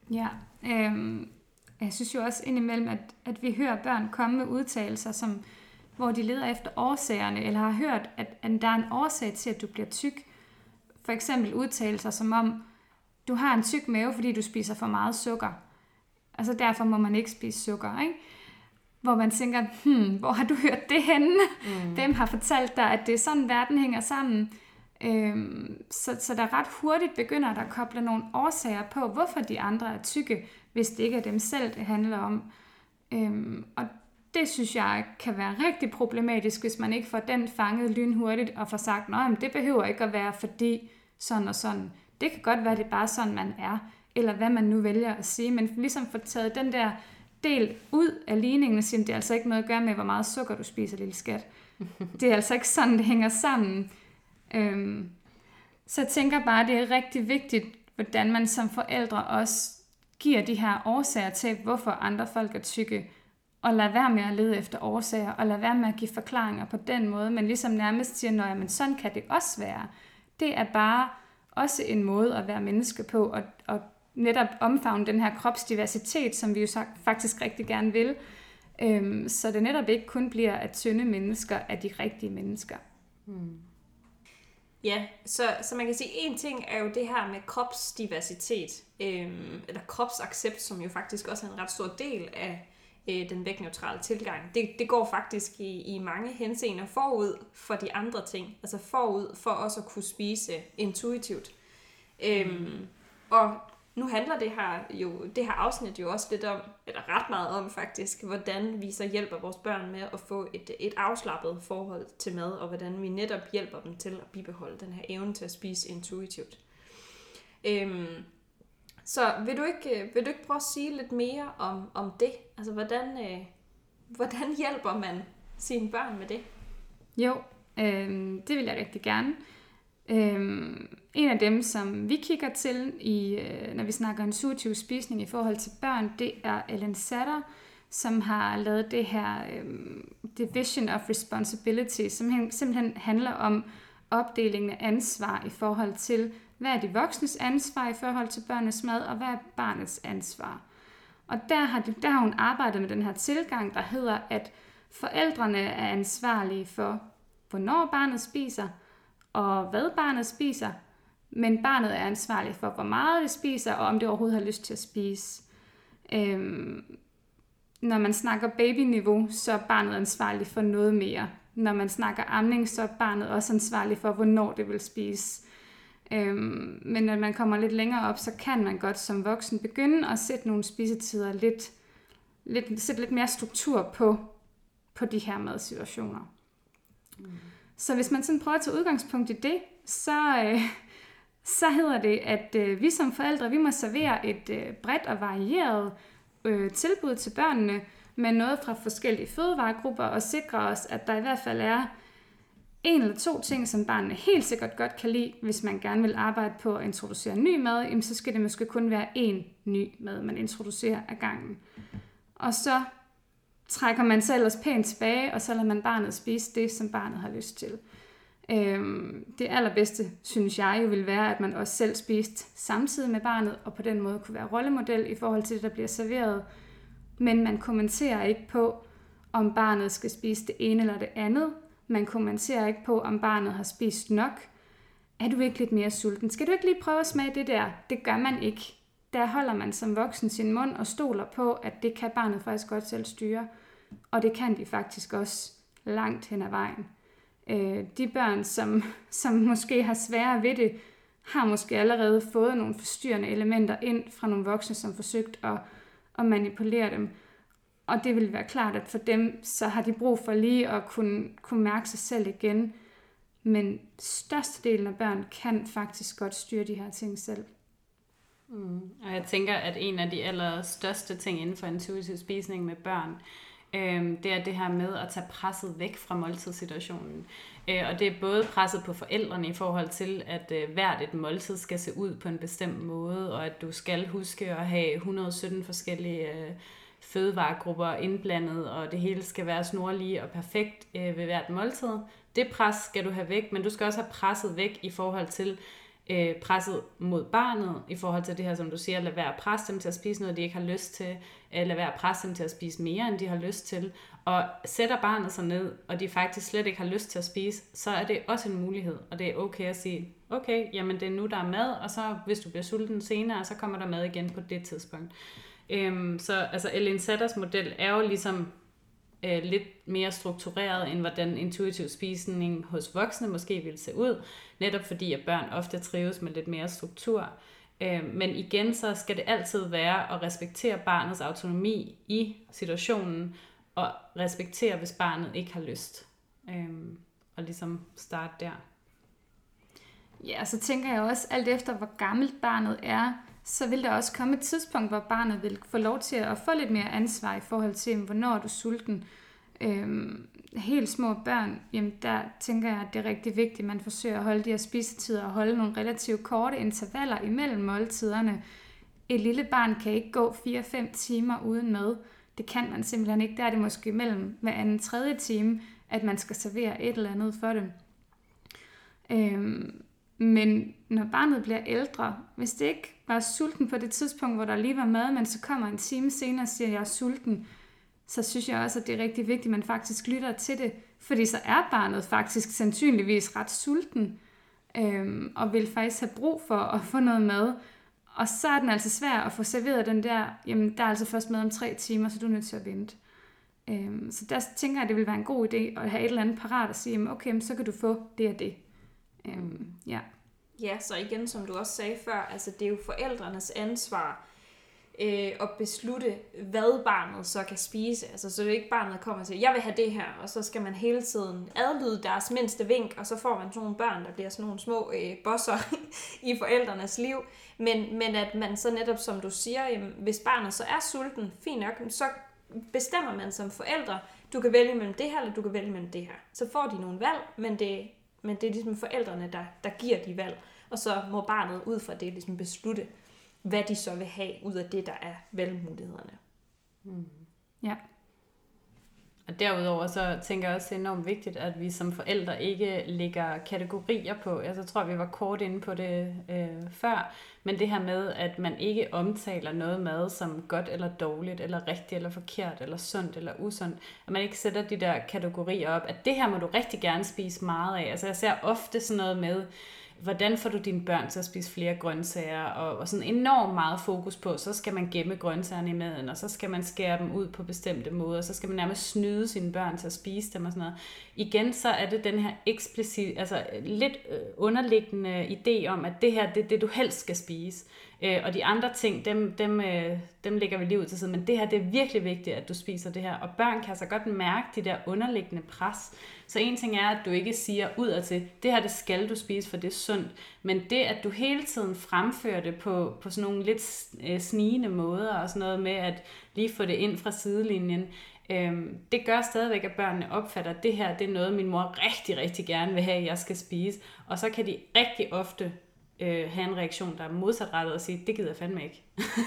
Speaker 4: Ja, øhm, jeg synes jo også indimellem, at, at vi hører børn komme med udtalelser, som, hvor de leder efter årsagerne, eller har hørt, at, at der er en årsag til, at du bliver tyk. For eksempel udtalelser som om, du har en tyk mave, fordi du spiser for meget sukker. Altså derfor må man ikke spise sukker, ikke? Hvor man tænker, hmm, hvor har du hørt det henne? Mm. Hvem har fortalt dig, at det er sådan, verden hænger sammen? Øhm, så, så der ret hurtigt begynder der at koble nogle årsager på, hvorfor de andre er tykke, hvis det ikke er dem selv, det handler om. Øhm, og det synes jeg kan være rigtig problematisk, hvis man ikke får den fanget lynhurtigt og får sagt, nej, men det behøver ikke at være fordi sådan og sådan. Det kan godt være, det er bare sådan, man er, eller hvad man nu vælger at sige, men ligesom få taget den der del ud af ligningen og sige, det er altså ikke noget at gøre med, hvor meget sukker du spiser, lille skat. Det er altså ikke sådan, det hænger sammen. Øhm, så jeg tænker bare, det er rigtig vigtigt, hvordan man som forældre også giver de her årsager til, hvorfor andre folk er tykke, og lad være med at lede efter årsager, og lad være med at give forklaringer på den måde, men ligesom nærmest siger, nej, men sådan kan det også være. Det er bare også en måde at være menneske på, og, og netop omfavne den her kropsdiversitet, som vi jo faktisk rigtig gerne vil, øhm, så det netop ikke kun bliver, at tynde mennesker er de rigtige mennesker.
Speaker 2: Hmm. Ja, så, så man kan sige, en ting er jo det her med kropsdiversitet, øhm, eller kropsaccept, som jo faktisk også er en ret stor del af øh, den vægtneutrale tilgang. Det, det går faktisk i, i mange henseender forud for de andre ting, altså forud for også at kunne spise intuitivt. Øhm, og nu handler det her, jo, det her afsnit jo også lidt om, eller ret meget om faktisk, hvordan vi så hjælper vores børn med at få et, et afslappet forhold til mad, og hvordan vi netop hjælper dem til at bibeholde den her evne til at spise intuitivt. Øhm, så vil du, ikke, vil du ikke prøve at sige lidt mere om, om det? Altså, hvordan, øh, hvordan hjælper man sine børn med det?
Speaker 4: Jo, øh, det vil jeg rigtig gerne. Øhm, en af dem, som vi kigger til, i, øh, når vi snakker intuitiv spisning i forhold til børn, det er Ellen Satter, som har lavet det her øh, Division of Responsibility, som simpelthen handler om opdelingen af ansvar i forhold til, hvad er de voksnes ansvar i forhold til børnenes mad, og hvad er barnets ansvar. Og der har, de, der har hun arbejdet med den her tilgang, der hedder, at forældrene er ansvarlige for, hvornår barnet spiser, og hvad barnet spiser, men barnet er ansvarlig for, hvor meget det spiser, og om det overhovedet har lyst til at spise. Øhm, når man snakker babyniveau, så er barnet ansvarlig for noget mere. Når man snakker amning, så er barnet også ansvarlig for, hvornår det vil spise. Øhm, men når man kommer lidt længere op, så kan man godt som voksen begynde at sætte nogle spisetider lidt, lidt, sætte lidt mere struktur på, på de her madsituationer. Mm. Så hvis man sådan prøver at tage udgangspunkt i det, så, øh, så hedder det, at øh, vi som forældre, vi må servere et øh, bredt og varieret øh, tilbud til børnene med noget fra forskellige fødevaregrupper og sikre os, at der i hvert fald er en eller to ting, som barnene helt sikkert godt kan lide. Hvis man gerne vil arbejde på at introducere ny mad, jamen, så skal det måske kun være én ny mad, man introducerer ad gangen. Og så trækker man sig ellers pænt tilbage, og så lader man barnet spise det, som barnet har lyst til. Øhm, det allerbedste, synes jeg jo, vil være, at man også selv spiste samtidig med barnet, og på den måde kunne være rollemodel i forhold til det, der bliver serveret. Men man kommenterer ikke på, om barnet skal spise det ene eller det andet. Man kommenterer ikke på, om barnet har spist nok. Er du ikke lidt mere sulten? Skal du ikke lige prøve at smage det der? Det gør man ikke. Der holder man som voksen sin mund og stoler på, at det kan barnet faktisk godt selv styre. Og det kan de faktisk også langt hen ad vejen. Øh, de børn, som, som måske har sværere ved det, har måske allerede fået nogle forstyrrende elementer ind fra nogle voksne, som forsøgt at, at manipulere dem. Og det vil være klart, at for dem, så har de brug for lige at kunne, kunne mærke sig selv igen. Men størstedelen af børn kan faktisk godt styre de her ting selv.
Speaker 3: Mm. Og jeg tænker, at en af de allerstørste ting inden for intuitiv spisning med børn, øh, det er det her med at tage presset væk fra måltidssituationen. Øh, og det er både presset på forældrene i forhold til, at øh, hvert et måltid skal se ud på en bestemt måde, og at du skal huske at have et hundrede og sytten forskellige øh, fødevaregrupper indblandet, og det hele skal være snorlige og perfekt øh, ved hvert måltid. Det pres skal du have væk, men du skal også have presset væk i forhold til, øh, presset mod barnet i forhold til det her, som du siger, lad være at presse dem til at spise noget, de ikke har lyst til, øh, lad være at presse dem til at spise mere, end de har lyst til, og sætter barnet sig ned, og de faktisk slet ikke har lyst til at spise, så er det også en mulighed, og det er okay at sige, okay, jamen det er nu, der er mad, og så hvis du bliver sulten senere, så kommer der mad igen på det tidspunkt. Øhm, så altså Ellen Satters model er jo ligesom øh, lidt mere struktureret, end hvordan intuitiv spisning hos voksne måske ville se ud, netop fordi at børn ofte trives med lidt mere struktur. Øh, men igen, så skal det altid være at respektere barnets autonomi i situationen, og respektere, hvis barnet ikke har lyst. Øh, og ligesom starte der.
Speaker 4: Ja, og så tænker jeg også, alt efter hvor gammelt barnet er, så vil der også komme et tidspunkt, hvor barnet vil få lov til at få lidt mere ansvar i forhold til, hvornår er du sulten. Øhm, helt små børn, jamen der tænker jeg, at det er rigtig vigtigt, at man forsøger at holde de her spisetider og holde nogle relativt korte intervaller imellem måltiderne. Et lille barn kan ikke gå fire fem timer uden mad. Det kan man simpelthen ikke. Der er det måske mellem hver anden tredje time, at man skal servere et eller andet for dem. Øhm, Men når barnet bliver ældre, hvis det ikke var sulten på det tidspunkt, hvor der lige var mad, men så kommer en time senere og siger, at jeg er sulten, så synes jeg også, at det er rigtig vigtigt, at man faktisk lytter til det. Fordi så er barnet faktisk sandsynligvis ret sulten, øhm, og vil faktisk have brug for at få noget mad. Og så er den altså svær at få serveret den der, jamen der er altså først mad om tre timer, så du er nødt til at vente. Øhm, så der tænker jeg, at det vil være en god idé at have et eller andet parat og sige, okay, så kan du få det og det. Um, ja.
Speaker 2: Ja, så igen, som du også sagde før, altså det er jo forældrenes ansvar øh, at beslutte, hvad barnet så kan spise. Altså så det er ikke barnet kommer og siger, jeg vil have det her, og så skal man hele tiden adlyde deres mindste vink, og så får man sådan nogle børn, der bliver sådan nogle små øh, bosser i forældrenes liv. Men, men at man så netop, som du siger, jamen, hvis barnet så er sulten, fint nok, så bestemmer man som forældre, du kan vælge mellem det her, eller du kan vælge mellem det her. Så får de nogle valg, men det Men det er ligesom forældrene, der, der giver de valg. Og så må barnet ud fra det ligesom beslutte, hvad de så vil have ud af det, der er valgmulighederne.
Speaker 3: Mm.
Speaker 4: Ja.
Speaker 3: Og derudover så tænker jeg også, det er enormt vigtigt, at vi som forældre ikke lægger kategorier på. Altså, jeg tror, vi var kort inde på det øh, før. Men det her med, at man ikke omtaler noget mad som godt eller dårligt, eller rigtigt eller forkert, eller sundt eller usundt. At man ikke sætter de der kategorier op, at det her må du rigtig gerne spise meget af. Altså jeg ser ofte sådan noget med, hvordan får du dine børn til at spise flere grøntsager, og, og sådan enormt meget fokus på, så skal man gemme grøntsagerne i maden, og så skal man skære dem ud på bestemte måder, så skal man nærmest snyde sine børn til at spise dem og sådan noget. Igen så er det den her eksplicit, altså lidt underliggende idé om, at det her, det er det, du helst skal spise. Og de andre ting, dem, dem, dem lægger vi lige ud til siden, men det her, det er virkelig vigtigt, at du spiser det her. Og børn kan altså godt mærke de der underliggende pres. Så en ting er, at du ikke siger udadtil, det her, det skal du spise, for det er sundt. Men det, at du hele tiden fremfører det på, på sådan nogle lidt snigende måder, og sådan noget med at lige få det ind fra sidelinjen, øhm, det gør stadigvæk, at børnene opfatter, at det her, det er noget, min mor rigtig, rigtig gerne vil have, at jeg skal spise. Og så kan de rigtig ofte Øh, have en reaktion, der er modsatrettet og sige, det gider jeg fandme ikke.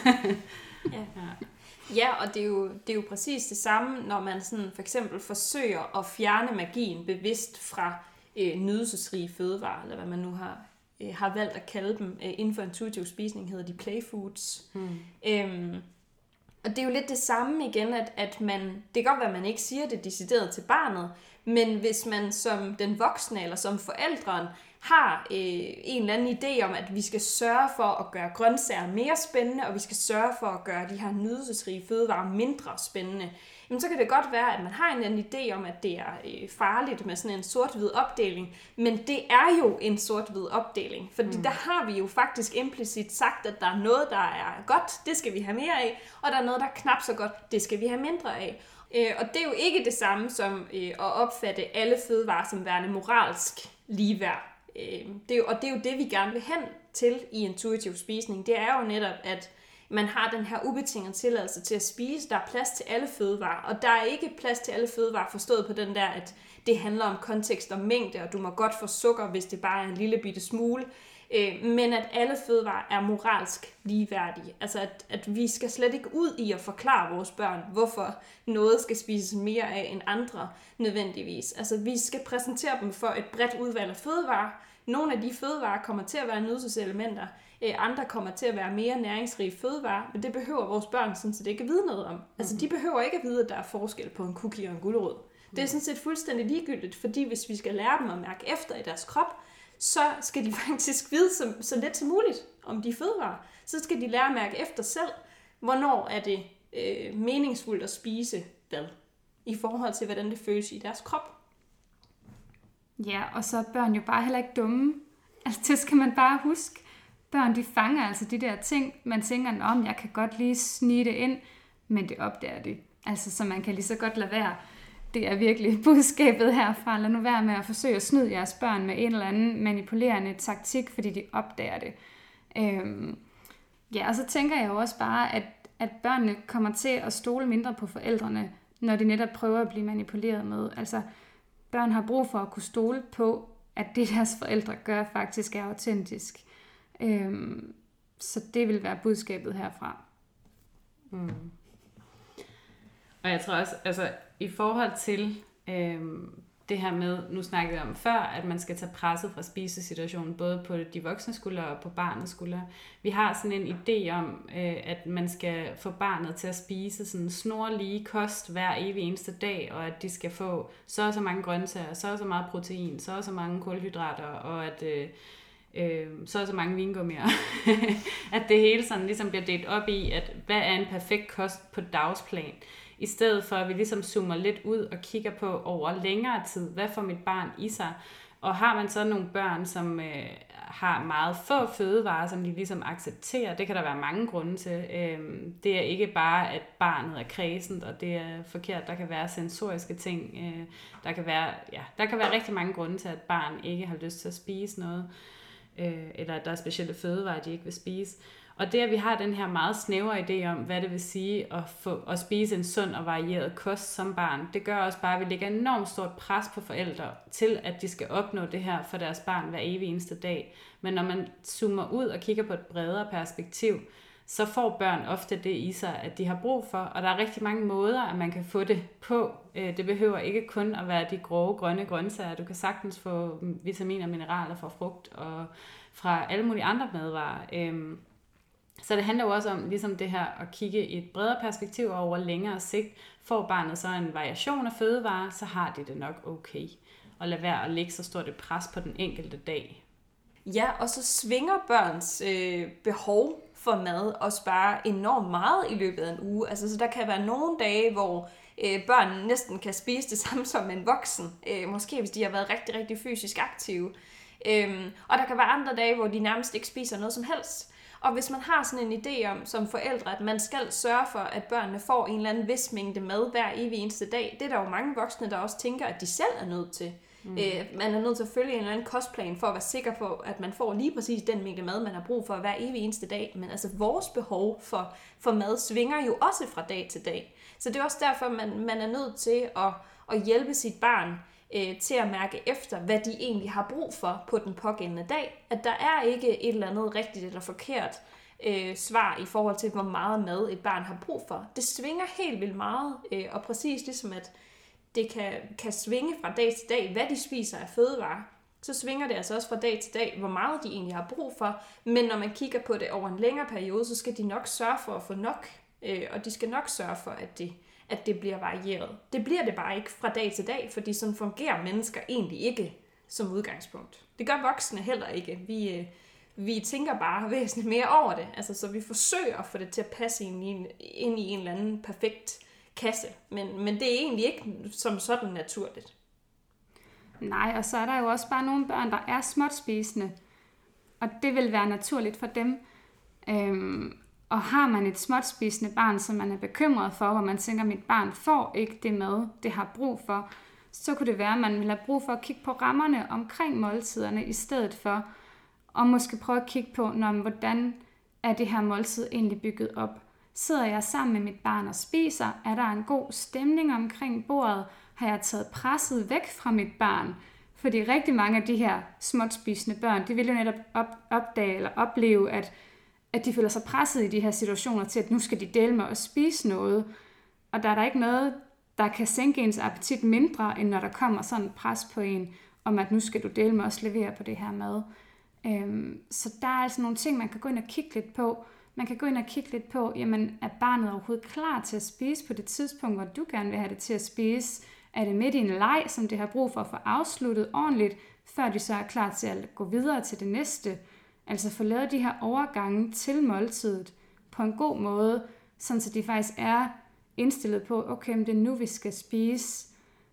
Speaker 2: ja. Ja. Ja, og det er, jo, det er jo præcis det samme, når man sådan for eksempel forsøger at fjerne magien bevidst fra øh, nydelsesrige fødevarer, eller hvad man nu har, øh, har valgt at kalde dem. Øh, inden for intuitiv spisning hedder de playfoods. Hmm. Øhm, og det er jo lidt det samme igen, at, at man, det kan godt være, at man ikke siger det decideret til barnet, men hvis man som den voksne eller som forældren har øh, en eller anden idé om, at vi skal sørge for at gøre grøntsager mere spændende, og vi skal sørge for at gøre de her nydelsesrige fødevarer mindre spændende, jamen så kan det godt være, at man har en eller anden idé om, at det er øh, farligt med sådan en sort-hvid opdeling, men det er jo en sort-hvid opdeling, fordi mm. der har vi jo faktisk implicit sagt, at der er noget, der er godt, det skal vi have mere af, og der er noget, der er knap så godt, det skal vi have mindre af. Øh, og det er jo ikke det samme som øh, at opfatte alle fødevarer som værende moralsk ligeværd. Det er jo, og det er jo det, vi gerne vil hen til i intuitiv spisning. Det er jo netop, at man har den her ubetingede tilladelse til at spise. Der er plads til alle fødevarer, og der er ikke plads til alle fødevarer forstået på den der, at det handler om kontekst og mængde, og du må godt få sukker, hvis det bare er en lille bitte smule. Men at alle fødevarer er moralsk ligeværdige. Altså at, at vi skal slet ikke ud i at forklare vores børn, hvorfor noget skal spises mere af end andre nødvendigvis. Altså vi skal præsentere dem for et bredt udvalg af fødevarer, Nogle af de fødevarer kommer til at være nødvendighedselementer, andre kommer til at være mere næringsrige fødevarer, men det behøver vores børn sådan set ikke at vide noget om. Altså de behøver ikke at vide, at der er forskel på en cookie og en gulerod. Det er sådan set fuldstændig ligegyldigt, fordi hvis vi skal lære dem at mærke efter i deres krop, så skal de faktisk vide så, så lidt som muligt om de fødevarer. Så skal de lære at mærke efter selv, hvornår er det øh, meningsfuldt at spise hvad, i forhold til, hvordan det føles i deres krop.
Speaker 4: Ja, og så er børn jo bare heller ikke dumme. Altså det skal man bare huske. Børn, de fanger altså de der ting, man tænker, om jeg kan godt lige snige det ind, men det opdager de. Altså så man kan lige så godt lade være. Det er virkelig budskabet herfra. Lad nu være med at forsøge at snyde jeres børn med en eller anden manipulerende taktik, fordi de opdager det. Øhm, ja, og så tænker jeg jo også bare, at, at børnene kommer til at stole mindre på forældrene, når de netop prøver at blive manipuleret med. Altså, børn har brug for at kunne stole på, at det deres forældre gør faktisk er autentisk. Øhm, så det vil være budskabet herfra.
Speaker 3: Mm. Og jeg tror også, altså i forhold til øhm, det her med, nu snakkede jeg om før, at man skal tage presset fra spisesituationen, både på de voksne skuldre og på barnets skuldre. Vi har sådan en idé om, øh, at man skal få barnet til at spise sådan snorlige kost hver evig eneste dag, og at de skal få så og så mange grøntsager, så og så meget protein, så og så mange kulhydrater, og at øh, øh, så og så mange vingummier. At det hele sådan ligesom bliver delt op i, at hvad er en perfekt kost på dagsplan, i stedet for at vi ligesom zoomer lidt ud og kigger på over længere tid, hvad får mit barn i sig. Og har man så nogle børn, som øh, har meget få fødevarer, som de ligesom accepterer, det kan der være mange grunde til. Øh, det er ikke bare, at barnet er kræsent, og det er forkert. Der kan være sensoriske ting. Øh, der, kan være, ja, der kan være rigtig mange grunde til, at barn ikke har lyst til at spise noget, øh, eller at der er specielle fødevarer, de ikke vil spise. Og det, at vi har den her meget snævre idé om, hvad det vil sige at, få, at spise en sund og varieret kost som barn, det gør også bare, at vi lægger enormt stort pres på forældre til, at de skal opnå det her for deres barn hver evig eneste dag. Men når man zoomer ud og kigger på et bredere perspektiv, så får børn ofte det i sig, at de har brug for. Og der er rigtig mange måder, at man kan få det på. Det behøver ikke kun at være de grove grønne grøntsager. Du kan sagtens få vitaminer og mineraler fra frugt og fra alle mulige andre madvarer. Så det handler jo også om ligesom det her at kigge i et bredere perspektiv over længere sigt. Får barnet så en variation af fødevarer, så har de det nok okay. Og lad være at lægge så stort et pres på den enkelte dag.
Speaker 2: Ja, og så svinger børns øh, behov for mad også bare enormt meget i løbet af en uge. Altså, så der kan være nogle dage, hvor øh, børn næsten kan spise det samme som en voksen. Øh, måske hvis de har været rigtig, rigtig fysisk aktive. Øh, og der kan være andre dage, hvor de nærmest ikke spiser noget som helst. Og hvis man har sådan en idé om som forældre, at man skal sørge for, at børnene får en eller anden vis mængde mad hver evig eneste dag, det er der jo mange voksne, der også tænker, at de selv er nødt til. Mm. Øh, man er nødt til at følge en eller anden kostplan for at være sikker på, at man får lige præcis den mængde mad, man har brug for hver evig eneste dag. Men altså vores behov for, for mad svinger jo også fra dag til dag. Så det er også derfor, man, man er nødt til at, at hjælpe sit barn øh, til at mærke efter, hvad de egentlig har brug for på den pågældende dag. At der er ikke et eller andet rigtigt eller forkert øh, svar i forhold til, hvor meget mad et barn har brug for. Det svinger helt vildt meget, øh, og præcis ligesom at det kan, kan svinge fra dag til dag, hvad de spiser af fødevarer, så svinger det altså også fra dag til dag, hvor meget de egentlig har brug for. Men når man kigger på det over en længere periode, så skal de nok sørge for at få nok, øh, og de skal nok sørge for, at det, at det bliver varieret. Det bliver det bare ikke fra dag til dag, fordi sådan fungerer mennesker egentlig ikke som udgangspunkt. Det gør voksne heller ikke. Vi, øh, vi tænker bare væsentligt mere over det, altså, så vi forsøger at få det til at passe ind i en, ind i en eller anden perfekt kasse, men, men det er egentlig ikke som sådan naturligt.
Speaker 4: Nej, og så er der jo også bare nogle børn, der er småt spisende, og det vil være naturligt for dem. Øhm, og har man et småt spisende barn, som man er bekymret for, hvor man tænker, at mit barn får ikke det mad, det har brug for, så kunne det være, at man vil have brug for at kigge på rammerne omkring måltiderne, i stedet for, og måske prøve at kigge på, når, hvordan er det her måltid egentlig bygget op. Sidder jeg sammen med mit barn og spiser? Er der en god stemning omkring bordet? Har jeg taget presset væk fra mit barn? Fordi rigtig mange af de her småt spisende børn, de vil jo netop op, opdage eller opleve, at, at de føler sig presset i de her situationer til, at nu skal de dele med at spise noget. Og der er der ikke noget, der kan sænke ens appetit mindre, end når der kommer sådan et pres på en. om at nu skal du dele med os levere på det her mad. Øhm, så der er altså nogle ting, man kan gå ind og kigge lidt på. Man kan gå ind og kigge lidt på, jamen er barnet overhovedet klar til at spise på det tidspunkt, hvor du gerne vil have det til at spise? Er det midt i en leg, som det har brug for at få afsluttet ordentligt, før de så er klar til at gå videre til det næste? Altså få lavet de her overgange til måltidet på en god måde, sådan så de faktisk er indstillet på, okay, men det er nu, vi skal spise.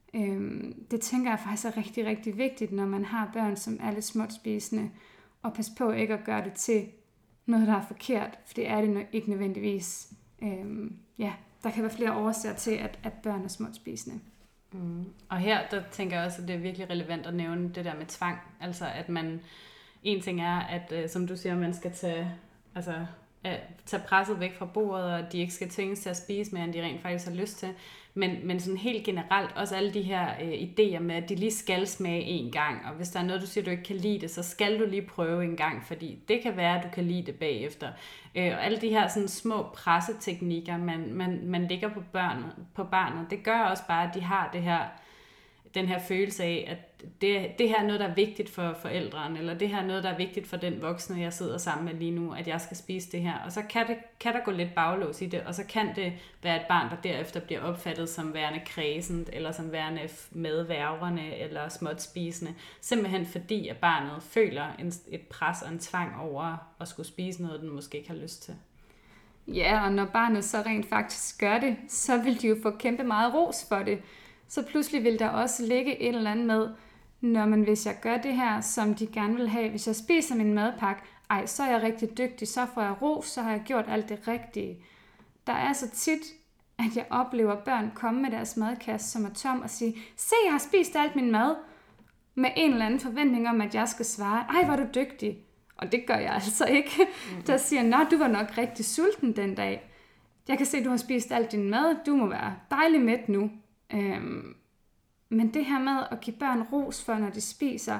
Speaker 4: Øhm, det tænker jeg faktisk er rigtig, rigtig vigtigt, når man har børn, som er lidt småt spisende, og pas på ikke at gøre det til noget, der er forkert, for det er det ikke nødvendigvis. Øhm, ja, der kan være flere årsager til, at, at børn er småt spisende.
Speaker 3: Mm. Og her, der tænker jeg også, at det er virkelig relevant at nævne det der med tvang. Altså, at man... En ting er, at øh, som du siger, man skal tage, altså, at tage presset væk fra bordet, og de ikke skal tvinges til at spise mere, end de rent faktisk har lyst til. Men, men sådan helt generelt, også alle de her øh, idéer med, at de lige skal smage en gang, og hvis der er noget, du siger, du ikke kan lide det, så skal du lige prøve en gang, fordi det kan være, at du kan lide det bagefter. Øh, og alle de her sådan små presseteknikker, man, man, man lægger på, børn, på barnet, det gør også bare, at de har det her, den her følelse af, at det, det her er noget, der er vigtigt for forældrene, eller det her er noget, der er vigtigt for den voksne, jeg sidder sammen med lige nu, at jeg skal spise det her. Og så kan, det, kan der gå lidt baglås i det, og så kan det være et barn, der derefter bliver opfattet som værende kræsent, eller som værende medværverne, eller småt spisende. Simpelthen fordi, at barnet føler en, et pres og en tvang over at skulle spise noget, den måske ikke har lyst til.
Speaker 4: Ja, og når barnet så rent faktisk gør det, så vil de jo få kæmpe meget ros for det. Så pludselig vil der også ligge et eller andet med, når man, hvis jeg gør det her, som de gerne vil have, hvis jeg spiser min madpakke, ej, så er jeg rigtig dygtig, så får jeg ros, så har jeg gjort alt det rigtige. Der er så tit, at jeg oplever børn komme med deres madkasse, som er tom, og sige, se, jeg har spist alt min mad, med en eller anden forventning om, at jeg skal svare, ej, hvor er du dygtig. Og det gør jeg altså ikke. Mm. Der siger, nå, du var nok rigtig sulten den dag. Jeg kan se, du har spist alt din mad, du må være dejlig mæt nu. Øhm, men det her med at give børn ros for, når de spiser,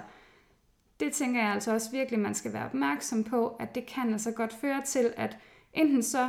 Speaker 4: det tænker jeg altså også virkelig, man skal være opmærksom på, at det kan altså godt føre til, at enten så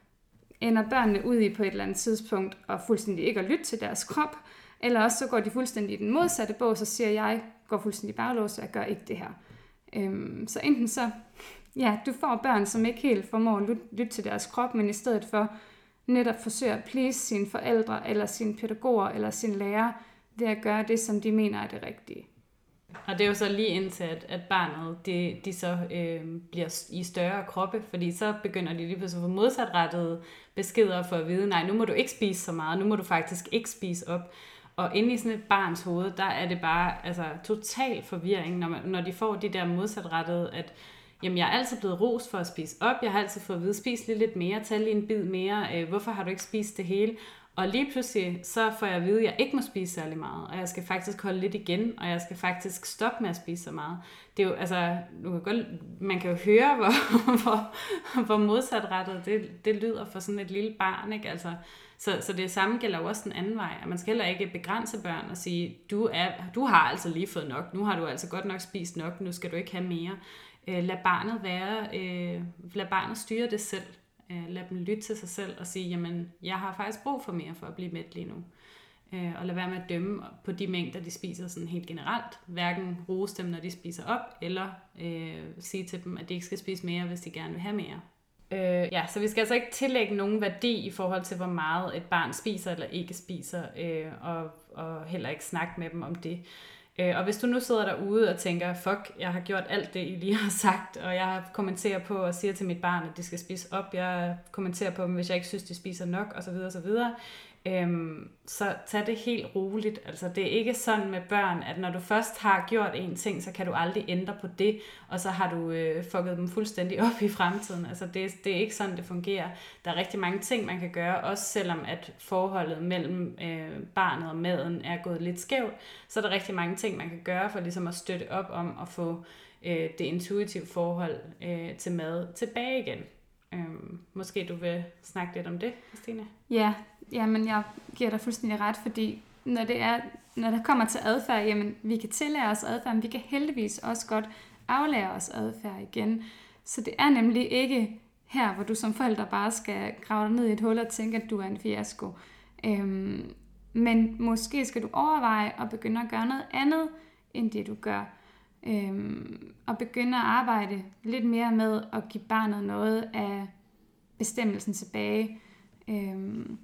Speaker 4: ender børnene ud i på et eller andet tidspunkt og fuldstændig ikke at lytte til deres krop, eller også så går de fuldstændig i den modsatte bås og siger, jeg går fuldstændig baglås, og jeg gør ikke det her. Øhm, så enten så, ja, du får børn, som ikke helt formår at lytte til deres krop, men i stedet for netop forsøger at please sine forældre, eller sine pædagoger, eller sine lærere, ved at gøre det, som de mener er det rigtige.
Speaker 3: Og det er jo så lige indtil, at, at barnet, de, de så øh, bliver i større kroppe, fordi så begynder de lige pludselig at få modsatrettede beskeder for at vide, nej, nu må du ikke spise så meget, nu må du faktisk ikke spise op. Og inde i sådan et barns hoved, der er det bare altså, total forvirring, når, man, når de får de der modsatrettede, at jamen, jeg er altid blevet rost for at spise op, jeg har altid fået at vide, spis lige lidt mere, tag lige en bid mere, øh, hvorfor har du ikke spist det hele? Og lige pludselig, så får jeg at vide, at jeg ikke må spise særlig meget, og jeg skal faktisk holde lidt igen, og jeg skal faktisk stoppe med at spise så meget. Det er jo, altså, du kan godt, man kan jo høre, hvor, hvor, hvor modsatrettet det, det lyder for sådan et lille barn, ikke? Altså, så, så det samme gælder jo også den anden vej, at man skal heller ikke begrænse børn og sige, du, er, du har altså lige fået nok, nu har du altså godt nok spist nok, nu skal du ikke have mere. Øh, lad barnet være, øh, lad barnet styre det selv. Lad dem lytte til sig selv og sige, jamen, jeg har faktisk brug for mere for at blive mæt lige nu. Og lad være med at dømme på de mængder, de spiser sådan helt generelt. Hverken rose dem, når de spiser op, eller øh, sige til dem, at de ikke skal spise mere, hvis de gerne vil have mere. Øh, ja, så vi skal altså ikke tillægge nogen værdi i forhold til, hvor meget et barn spiser eller ikke spiser, øh, og, og heller ikke snakke med dem om det. Og hvis du nu sidder derude og tænker, fuck, jeg har gjort alt det, I lige har sagt, og jeg kommenterer på og siger til mit barn, at de skal spise op, jeg kommenterer på dem, hvis jeg ikke synes, de spiser nok, osv. osv., øhm, så tag det helt roligt. Altså, det er ikke sådan med børn, at når du først har gjort en ting, så kan du aldrig ændre på det, og så har du øh, fucket dem fuldstændig op i fremtiden. Altså, det, det er ikke sådan, det fungerer. Der er rigtig mange ting, man kan gøre, også selvom at forholdet mellem øh, barnet og maden er gået lidt skævt, så er der rigtig mange ting, man kan gøre for ligesom at støtte op om at få øh, det intuitive forhold øh, til mad tilbage igen. Øhm, måske du vil snakke lidt om det, Christine?
Speaker 4: Ja, jamen jeg giver dig fuldstændig ret, fordi når det er, når der kommer til adfærd, jamen vi kan tillære os adfærd, men vi kan heldigvis også godt aflære os adfærd igen. Så det er nemlig ikke her, hvor du som forælder bare skal grave dig ned i et hul og tænke, at du er en fiasko. Øhm, men måske skal du overveje at begynde at gøre noget andet, end det du gør. Øhm, og begynde at arbejde lidt mere med at give barnet noget af bestemmelsen tilbage. Øhm,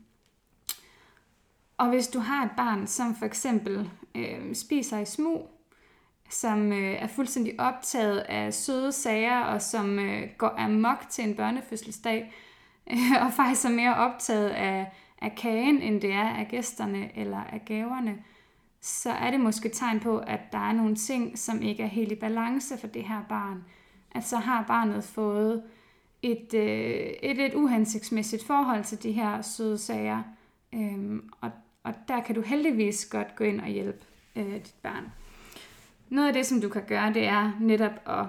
Speaker 4: og hvis du har et barn, som for eksempel øh, spiser i smug, som øh, er fuldstændig optaget af søde sager, og som øh, går amok til en børnefødselsdag, øh, og faktisk er mere optaget af, af kagen, end det er af gæsterne eller af gaverne, så er det måske tegn på, at der er nogle ting, som ikke er helt i balance for det her barn. At så har barnet fået et, øh, et, et uhensigtsmæssigt forhold til de her søde sager, øhm, og, og der kan du heldigvis godt gå ind og hjælpe øh, dit barn. Noget af det, som du kan gøre, det er netop at,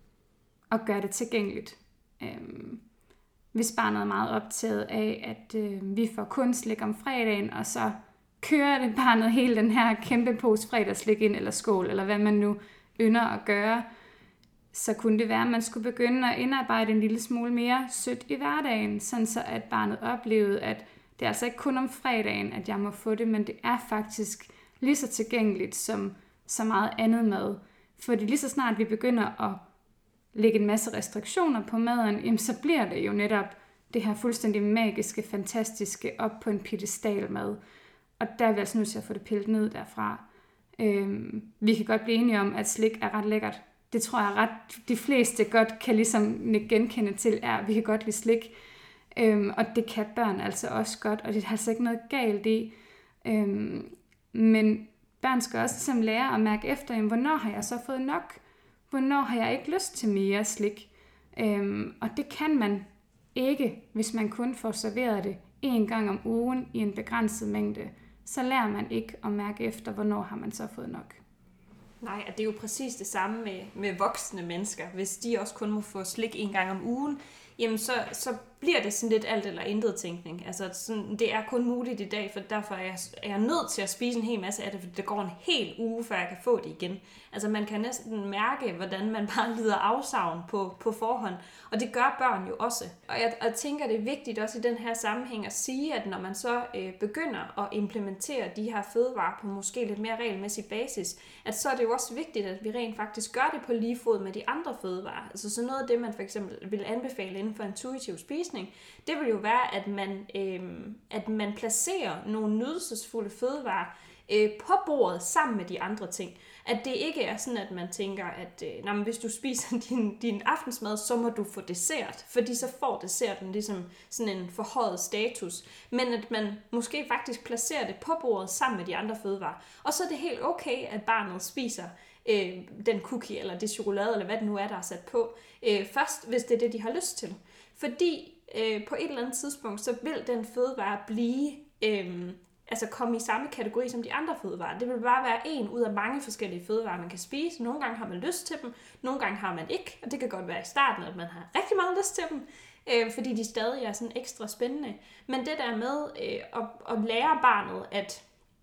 Speaker 4: at gøre det tilgængeligt. Øhm, hvis barnet er meget optaget af, at øh, vi får kun slik om fredagen, og så kører det barnet hele den her kæmpe pose fredagslik ind, eller skål, eller hvad man nu ynder at gøre, så kunne det være, at man skulle begynde at indarbejde en lille smule mere sødt i hverdagen, sådan så at barnet oplevede, at det er altså ikke kun om fredagen, at jeg må få det, men det er faktisk lige så tilgængeligt som så meget andet mad. Fordi lige så snart vi begynder at lægge en masse restriktioner på maden, jamen så bliver det jo netop det her fuldstændig magiske, fantastiske op på en piedestal mad. Og der er vi altså nødt til at få det pillet ned derfra. Øhm, vi kan godt blive enige om, at slik er ret lækkert. Det tror jeg ret, de fleste godt kan ligesom genkende til, er, at vi kan godt lide slik. Øhm, og det kan børn altså også godt, og det er altså ikke noget galt i. Øhm, men børn skal også ligesom lære at mærke efter, jamen, hvornår har jeg så fået nok? Hvornår har jeg ikke lyst til mere slik? Øhm, og det kan man ikke, hvis man kun får serveret det en gang om ugen i en begrænset mængde. Så lærer man ikke at mærke efter, hvornår har man så fået nok.
Speaker 2: Nej, og det er jo præcis det samme med, med voksne mennesker. Hvis de også kun må få slik en gang om ugen, jamen så, så bliver det sådan lidt alt eller intet tænkning. Altså sådan, det er kun muligt i dag, for derfor er jeg, er jeg nødt til at spise en hel masse af det, for det går en hel uge, før jeg kan få det igen. Altså man kan næsten mærke, hvordan man bare lider afsavn på, på forhånd, og det gør børn jo også. Og jeg, og jeg tænker, det er vigtigt også i den her sammenhæng at sige, at når man så øh, begynder at implementere de her fødevarer på måske lidt mere regelmæssig basis, at så er det jo også vigtigt, at vi rent faktisk gør det på lige fod med de andre fødevarer. Altså så noget af det, man for eksempel vil anbefale inden for intuitiv spisning, det vil jo være, at man, øh, at man placerer nogle nydelsesfulde fødevarer øh, på bordet sammen med de andre ting. At det ikke er sådan, at man tænker, at øh, når, hvis du spiser din, din aftensmad, så må du få dessert, fordi så får desserten ligesom sådan en forhøjet status. Men at man måske faktisk placerer det på bordet sammen med de andre fødevarer. Og så er det helt okay, at barnet spiser øh, den cookie, eller det chokolade, eller hvad det nu er, der er sat på, øh, først, hvis det er det, de har lyst til. Fordi øh, på et eller andet tidspunkt, så vil den fødevare blive, øh, altså komme i samme kategori som de andre fødevarer. Det vil bare være en ud af mange forskellige fødevarer, man kan spise. Nogle gange har man lyst til dem, nogle gange har man ikke, og det kan godt være i starten, at man har rigtig meget lyst til dem, øh, fordi de stadig er sådan ekstra spændende. Men det der med øh, at, at lære barnet, at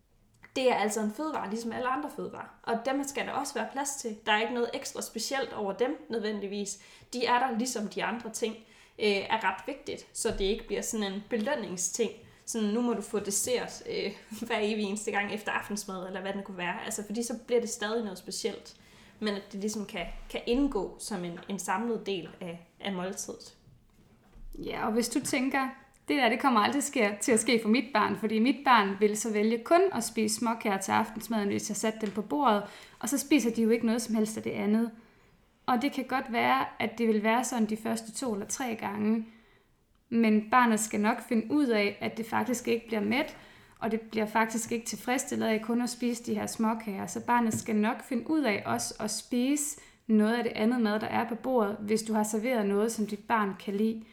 Speaker 2: det er altså en fødevare, ligesom alle andre fødevarer. Og dem skal der også være plads til. Der er ikke noget ekstra specielt over dem nødvendigvis. De er der ligesom de andre ting. Øh, er ret vigtigt, så det ikke bliver sådan en belønningsting. Sådan, nu må du få dessert øh, hver evig eneste gang efter aftensmad, eller hvad det kunne være. Altså, fordi så bliver det stadig noget specielt. Men at det ligesom kan, kan indgå som en, en samlet del af, af måltidet.
Speaker 4: Ja, og hvis du tænker, det der, det kommer aldrig sker, til at ske for mit barn, fordi mit barn vil så vælge kun at spise småkager til aftensmaden, hvis jeg satte dem på bordet, og så spiser de jo ikke noget som helst af det andet. Og det kan godt være, at det vil være sådan de første to eller tre gange, men barnet skal nok finde ud af, at det faktisk ikke bliver mæt, og det bliver faktisk ikke tilfredsstillet af kun at spise de her småkager. Så barnet skal nok finde ud af også at spise noget af det andet mad, der er på bordet, hvis du har serveret noget, som dit barn kan lide.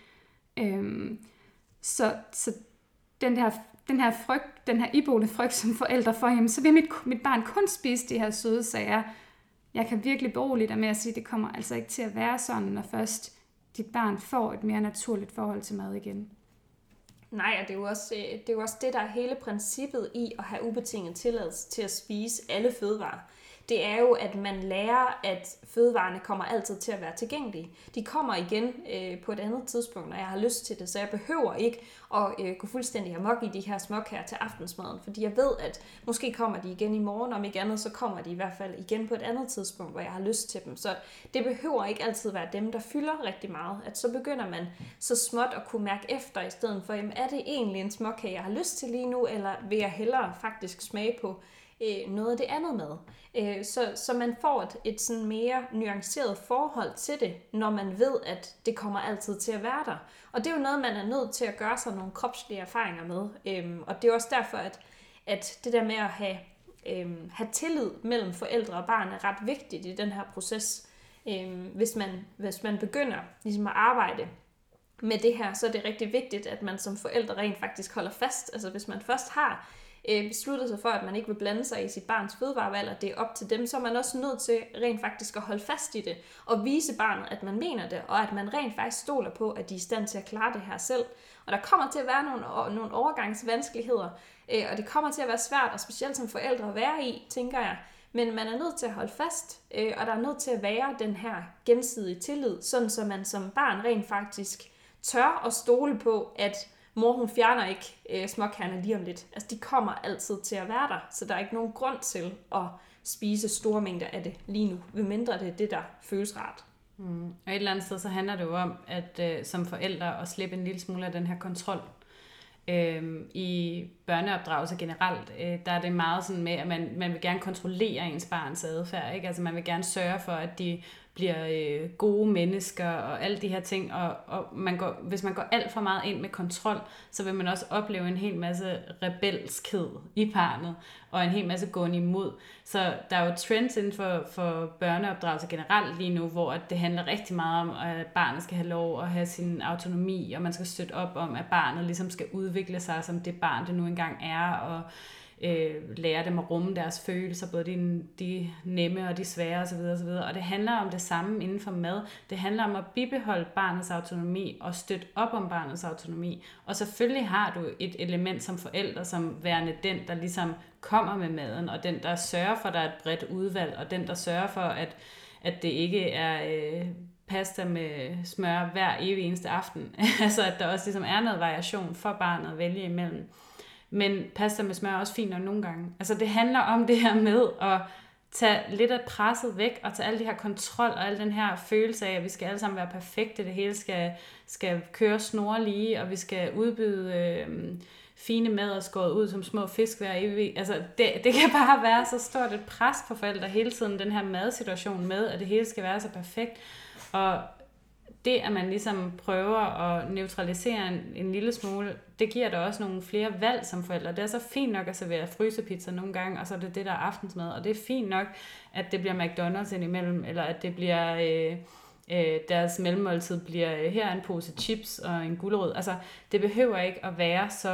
Speaker 4: Øhm, så, så den her, den her frygt, den her iboende frygt som forældre får, jamen, så vil mit, mit barn kun spise de her søde sager. Jeg kan virkelig berolige dig med at sige, at det kommer altså ikke til at være sådan, når først dit barn får et mere naturligt forhold til mad igen.
Speaker 2: Nej, og det er jo også det, er jo også det der er hele princippet i at have ubetinget tilladelse til at spise alle fødevarer. det er jo, at man lærer, at fødevarene kommer altid til at være tilgængelige. De kommer igen øh, på et andet tidspunkt, når jeg har lyst til det, så jeg behøver ikke at øh, gå fuldstændig amok i de her småkager til aftensmaden, fordi jeg ved, at måske kommer de igen i morgen, om ikke andet, så kommer de i hvert fald igen på et andet tidspunkt, hvor jeg har lyst til dem. Så det behøver ikke altid være dem, der fylder rigtig meget. At så begynder man så småt at kunne mærke efter, i stedet for, jamen, er det egentlig en småkage, jeg har lyst til lige nu, eller vil jeg hellere faktisk smage på øh, noget af det andet med. Øh, så, så man får et, et sådan mere nuanceret forhold til det, når man ved, at det kommer altid til at være der. Og det er jo noget, man er nødt til at gøre sig nogle kropslige erfaringer med. Øh, og det er også derfor, at, at det der med at have, øh, have tillid mellem forældre og barn er ret vigtigt i den her proces. Øh, hvis, man, hvis man begynder ligesom at arbejde med det her, så er det rigtig vigtigt, at man som forældre rent faktisk holder fast. Altså hvis man først har øh, besluttet sig for, at man ikke vil blande sig i sit barns fødevarevalg, og det er op til dem, så er man også nødt til rent faktisk at holde fast i det, og vise barnet, at man mener det, og at man rent faktisk stoler på, at de er i stand til at klare det her selv. Og der kommer til at være nogle, nogle overgangsvanskeligheder, øh, og det kommer til at være svært, og specielt som forældre at være i, tænker jeg. Men man er nødt til at holde fast, øh, og der er nødt til at være den her gensidige tillid, sådan så man som barn rent faktisk tør at stole på, at mor hun fjerner ikke øh, småkagerne lige om lidt. Altså de kommer altid til at være der, så der er ikke nogen grund til at spise store mængder af det lige nu, medmindre det er det, der føles rart.
Speaker 3: Mm. Og et eller andet sted, så handler det jo om, at øh, som forældre at slippe en lille smule af den her kontrol. Øhm, I børneopdragelse generelt, øh, der er det meget sådan med, at man, man vil gerne kontrollere ens barns adfærd, ikke? Altså man vil gerne sørge for, at de bliver øh, gode mennesker og alle de her ting, og, og man går, hvis man går alt for meget ind med kontrol, så vil man også opleve en hel masse rebelskhed i barnet, og en hel masse gåen imod. Så der er jo trends inden for, for børneopdragelse generelt lige nu, hvor det handler rigtig meget om, at barnet skal have lov at have sin autonomi, og man skal støtte op om, at barnet ligesom skal udvikle sig som det barn, det nu engang er, og øh, lære dem at rumme deres følelser, både de, de nemme og de svære osv. osv. Og det handler om det samme inden for mad. Det handler om at bibeholde barnets autonomi og støtte op om barnets autonomi. Og selvfølgelig har du et element som forælder, som værende den, der ligesom kommer med maden, og den, der sørger for, at der er et bredt udvalg, og den, der sørger for, at, at det ikke er øh, pasta med smør hver evig eneste aften. Altså, at der også ligesom er noget variation for barnet at vælge imellem. Men pasta med smør er også fint nok nogle gange. Altså det handler om det her med at tage lidt af presset væk, og tage alle de her kontrol, og al den her følelse af, at vi skal alle sammen være perfekte, det hele skal, skal køre snorlige, og vi skal udbyde øh, fine mad skåret ud som små fisk hver evig. Altså det, det kan bare være så stort et pres på forældre hele tiden, den her madsituation med, at det hele skal være så perfekt. Og det, at man ligesom prøver at neutralisere en, en lille smule, det giver da også nogle flere valg som forældre. Det er så fint nok at servere frysepizza nogle gange, og så er det det, der er aftensmad. Og det er fint nok, at det bliver McDonald's indimellem, eller at det bliver øh, øh, deres mellemmåltid bliver, øh, her en pose chips og en gulerod. Altså, det behøver ikke at være så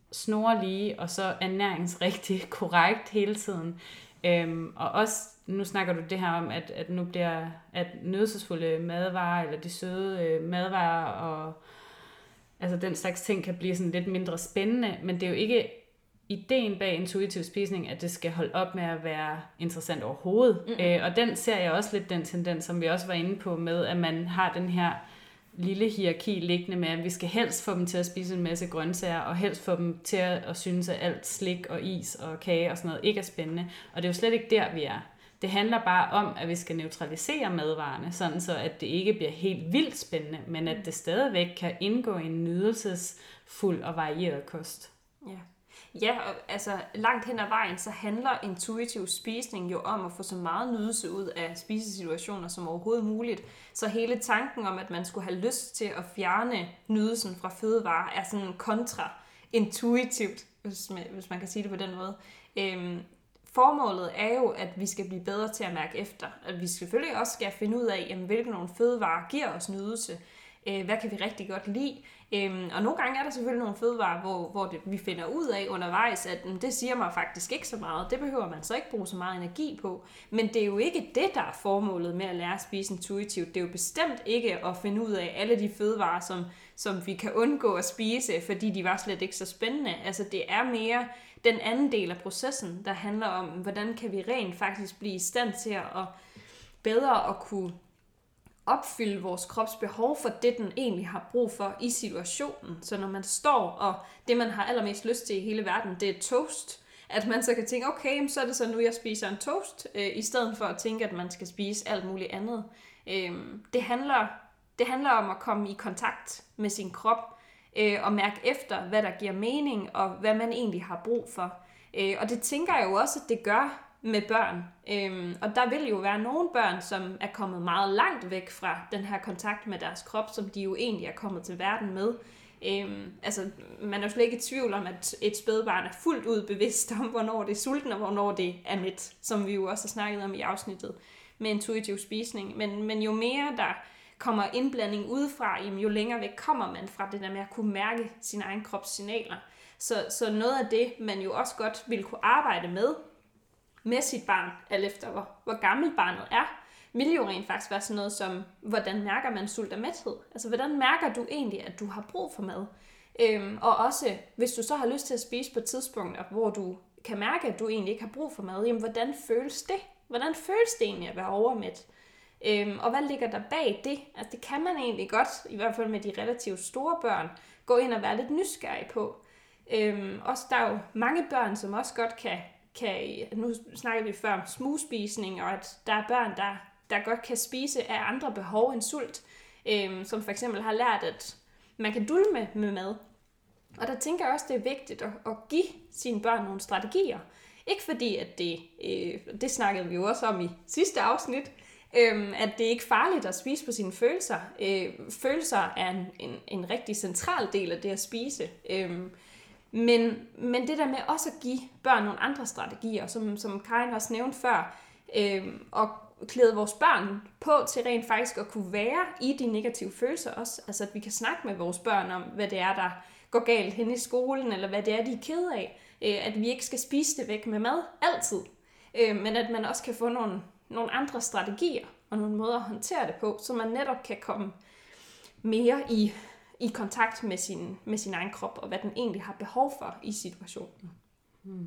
Speaker 3: snorlige og så ernæringsrigtigt korrekt hele tiden. Øhm, og også, nu snakker du det her om, at, at nu bliver at nydelsesfulde madvarer, eller de søde øh, madvarer, og altså den slags ting kan blive sådan lidt mindre spændende, men det er jo ikke ideen bag intuitiv spisning, at det skal holde op med at være interessant overhovedet. Mm-hmm. Øh, og den ser jeg også lidt den tendens, som vi også var inde på med, at man har den her lille hierarki liggende med, at vi skal helst få dem til at spise en masse grøntsager, og helst få dem til at synes, at alt slik og is og kage og sådan noget ikke er spændende. Og det er jo slet ikke der, vi er. Det handler bare om, at vi skal neutralisere madvarerne, sådan så at det ikke bliver helt vildt spændende, men at det stadigvæk kan indgå i en nydelsesfuld og varieret kost.
Speaker 2: Ja. Ja, og altså langt hen ad vejen, så handler intuitiv spisning jo om at få så meget nydelse ud af spisesituationer som overhovedet muligt. Så hele tanken om, at man skulle have lyst til at fjerne nydelsen fra fødevarer, er sådan kontraintuitivt, hvis man, hvis man kan sige det på den måde. Øhm, formålet er jo, at vi skal blive bedre til at mærke efter. At vi selvfølgelig også skal finde ud af, jamen, hvilke nogle fødevarer giver os nydelse. Hvad kan vi rigtig godt lide? Øhm, og nogle gange er der selvfølgelig nogle fødevarer, hvor, hvor det, vi finder ud af undervejs, at mm, det siger mig faktisk ikke så meget. Det behøver man så ikke bruge så meget energi på. Men det er jo ikke det, der er formålet med at lære at spise intuitivt. Det er jo bestemt ikke at finde ud af alle de fødevarer, som, som vi kan undgå at spise, fordi de var slet ikke så spændende. Altså det er mere den anden del af processen, der handler om, hvordan kan vi rent faktisk blive i stand til at bedre at kunne opfylde vores krops behov for det, den egentlig har brug for i situationen. Så når man står, og det man har allermest lyst til i hele verden, det er toast, at man så kan tænke, okay, så er det så nu, jeg spiser en toast, øh, i stedet for at tænke, at man skal spise alt muligt andet. Øh, det, handler, det handler om at komme i kontakt med sin krop, øh, og mærke efter, hvad der giver mening, og hvad man egentlig har brug for. Øh, og det tænker jeg jo også, at det gør med børn. Øhm, og der vil jo være nogle børn, som er kommet meget langt væk fra den her kontakt med deres krop, som de jo egentlig er kommet til verden med. Øhm, altså, man er jo slet ikke i tvivl om, at et spædbarn er fuldt ud bevidst om, hvornår det er sulten, og hvornår det er mæt, som vi jo også har snakket om i afsnittet med intuitiv spisning. Men, men jo mere der kommer indblanding udefra, jo længere væk kommer man fra det der med at kunne mærke sine egne kropssignaler. Så, så noget af det, man jo også godt vil kunne arbejde med, med sit barn, alt efter hvor, hvor gammel barnet er, vil jo rent faktisk være sådan noget som, hvordan mærker man sult og mæthed? Altså, hvordan mærker du egentlig, at du har brug for mad? Øhm, og også, hvis du så har lyst til at spise på et tidspunkt, hvor du kan mærke, at du egentlig ikke har brug for mad, jamen, hvordan føles det? Hvordan føles det egentlig at være overmæt? Øhm, og hvad ligger der bag det? Altså, det kan man egentlig godt, i hvert fald med de relativt store børn, gå ind og være lidt nysgerrig på. Øhm, også der er jo mange børn, som også godt kan Kan, nu snakker vi før om smugspisning, og at der er børn, der, der godt kan spise af andre behov end sult, øhm, som for eksempel har lært, at man kan dulme med mad. Og der tænker jeg også, det er vigtigt at, at give sine børn nogle strategier. Ikke fordi, at det, øh, det snakkede vi jo også om i sidste afsnit, øh, at det er ikke farligt at spise på sine følelser. Øh, følelser er en, en, en rigtig central del af det at spise. Øh, Men, men det der med også at give børn nogle andre strategier, som, som Karin også nævnte før, øh, og klæde vores børn på til rent faktisk at kunne være i de negative følelser også. Altså at vi kan snakke med vores børn om, hvad det er, der går galt hen i skolen, eller hvad det er, de er kede af. Øh, at vi ikke skal spise det væk med mad altid, øh, men at man også kan få nogle, nogle andre strategier og nogle måder at håndtere det på, så man netop kan komme mere i i kontakt med sin, med sin egen krop, og hvad den egentlig har behov for i situationen.
Speaker 4: Hmm.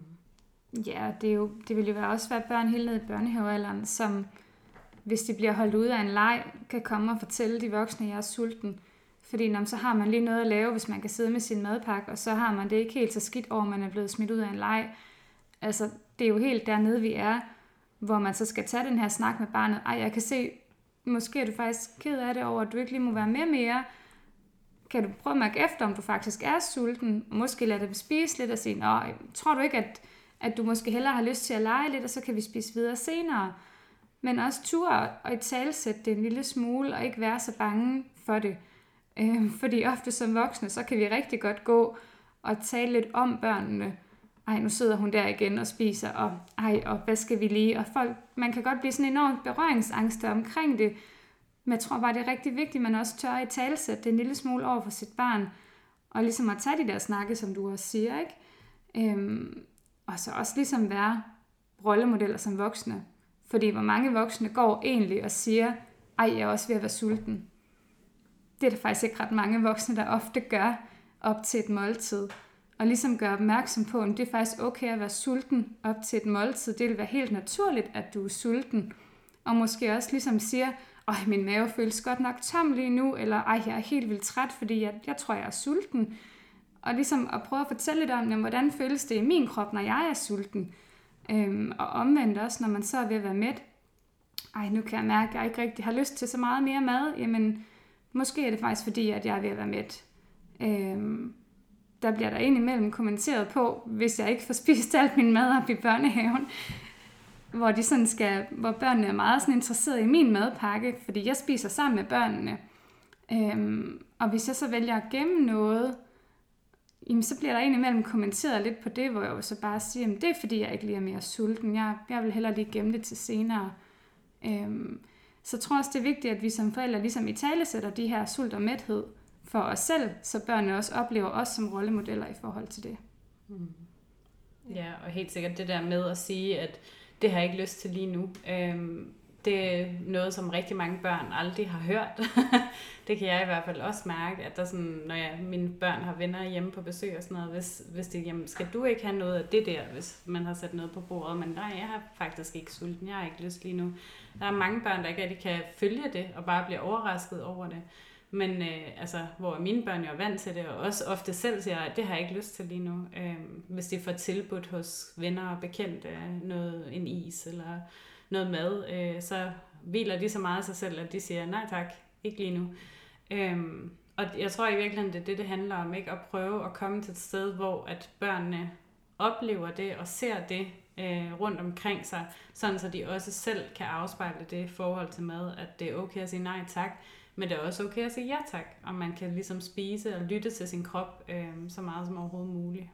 Speaker 4: Ja, det, er jo, det vil jo også være børn helt ned i børnehavealderen, som hvis de bliver holdt ude af en leg, kan komme og fortælle de voksne, at jeg er sulten. Fordi når, så har man lige noget at lave, hvis man kan sidde med sin madpakke, og så har man det ikke helt så skidt over, at man er blevet smidt ud af en leg. Altså, det er jo helt dernede, vi er, hvor man så skal tage den her snak med barnet. Ej, jeg kan se, måske er du faktisk ked af det over, at du ikke lige må være med mere. Kan du prøve at mærke efter, om du faktisk er sulten, og måske lade dig spise lidt og sige, nå, tror du ikke, at, at du måske hellere har lyst til at lege lidt, og så kan vi spise videre senere. Men også ture og i talsætte det en lille smule, og ikke være så bange for det. Øh, fordi ofte som voksne, så kan vi rigtig godt gå og tale lidt om børnene. Ej, nu sidder hun der igen og spiser, og ej, og hvad skal vi lige? Og folk, man kan godt blive sådan enormt berøringsangst omkring det. Men jeg tror bare, det er rigtig vigtigt, at man også tør i talsætte det en lille smule over for sit barn. Og ligesom at tage de der snakke, som du også siger, ikke? Øhm, og så også ligesom være rollemodeller som voksne. Fordi hvor mange voksne går egentlig og siger, ej, jeg er også ved at være sulten. Det er der faktisk ikke ret mange voksne, der ofte gør op til et måltid. Og ligesom gøre opmærksom på, at det er faktisk okay at være sulten op til et måltid. Det vil være helt naturligt, at du er sulten. Og måske også ligesom siger, ej, min mave føles godt nok tom lige nu, eller ej, jeg er helt vildt træt, fordi jeg, jeg tror, jeg er sulten. Og ligesom at prøve at fortælle lidt om, jamen, hvordan føles det i min krop, når jeg er sulten. Øhm, og omvendt også, når man så er ved at være mæt. Ej, nu kan jeg mærke, at jeg ikke rigtig har lyst til så meget mere mad. Jamen, måske er det faktisk fordi, at jeg er ved at være mæt. Øhm, der bliver der indimellem kommenteret på, hvis jeg ikke får spist alt min mad op i børnehaven. Hvor, de sådan skal, hvor børnene er meget sådan interesseret i min madpakke, fordi jeg spiser sammen med børnene. Øhm, og hvis jeg så vælger at gemme noget, jamen, så bliver der indimellem kommenteret lidt på det, hvor jeg jo så bare siger, at det er fordi, jeg ikke lige er mere sulten. Jeg, jeg vil hellere lige gemme det til senere. Øhm, så jeg tror også, det er vigtigt, at vi som forældre ligesom italesætter de her sult og mæthed for os selv, så børnene også oplever os som rollemodeller i forhold til det.
Speaker 3: Mm. Ja, og helt sikkert det der med at sige, at det har jeg ikke lyst til lige nu. Øhm, det er noget, som rigtig mange børn aldrig har hørt. Det kan jeg i hvert fald også mærke, at der sådan, når jeg, mine børn har venner hjemme på besøg og sådan noget, hvis, hvis det jamen, skal du ikke have noget af det der, hvis man har sat noget på bordet, men nej, jeg har faktisk ikke sulten, jeg har ikke lyst lige nu. Der er mange børn, der ikke rigtig kan følge det, og bare bliver overrasket over det. Men øh, altså, hvor mine børn jo er vant til det, og også ofte selv siger, at det har jeg ikke lyst til lige nu. Øh, hvis de får tilbudt hos venner og bekendte noget, en is eller noget mad, øh, så hviler de så meget af sig selv, at de siger, nej tak, ikke lige nu. Øh, og jeg tror i virkeligheden, det er det, det handler om, ikke? At prøve at komme til et sted, hvor at børnene oplever det og ser det øh, rundt omkring sig, sådan så de også selv kan afspejle det i forhold til mad, at det er okay at sige nej tak, men det er også okay at sige ja tak, og man kan ligesom spise og lytte til sin krop øh, så meget som overhovedet muligt.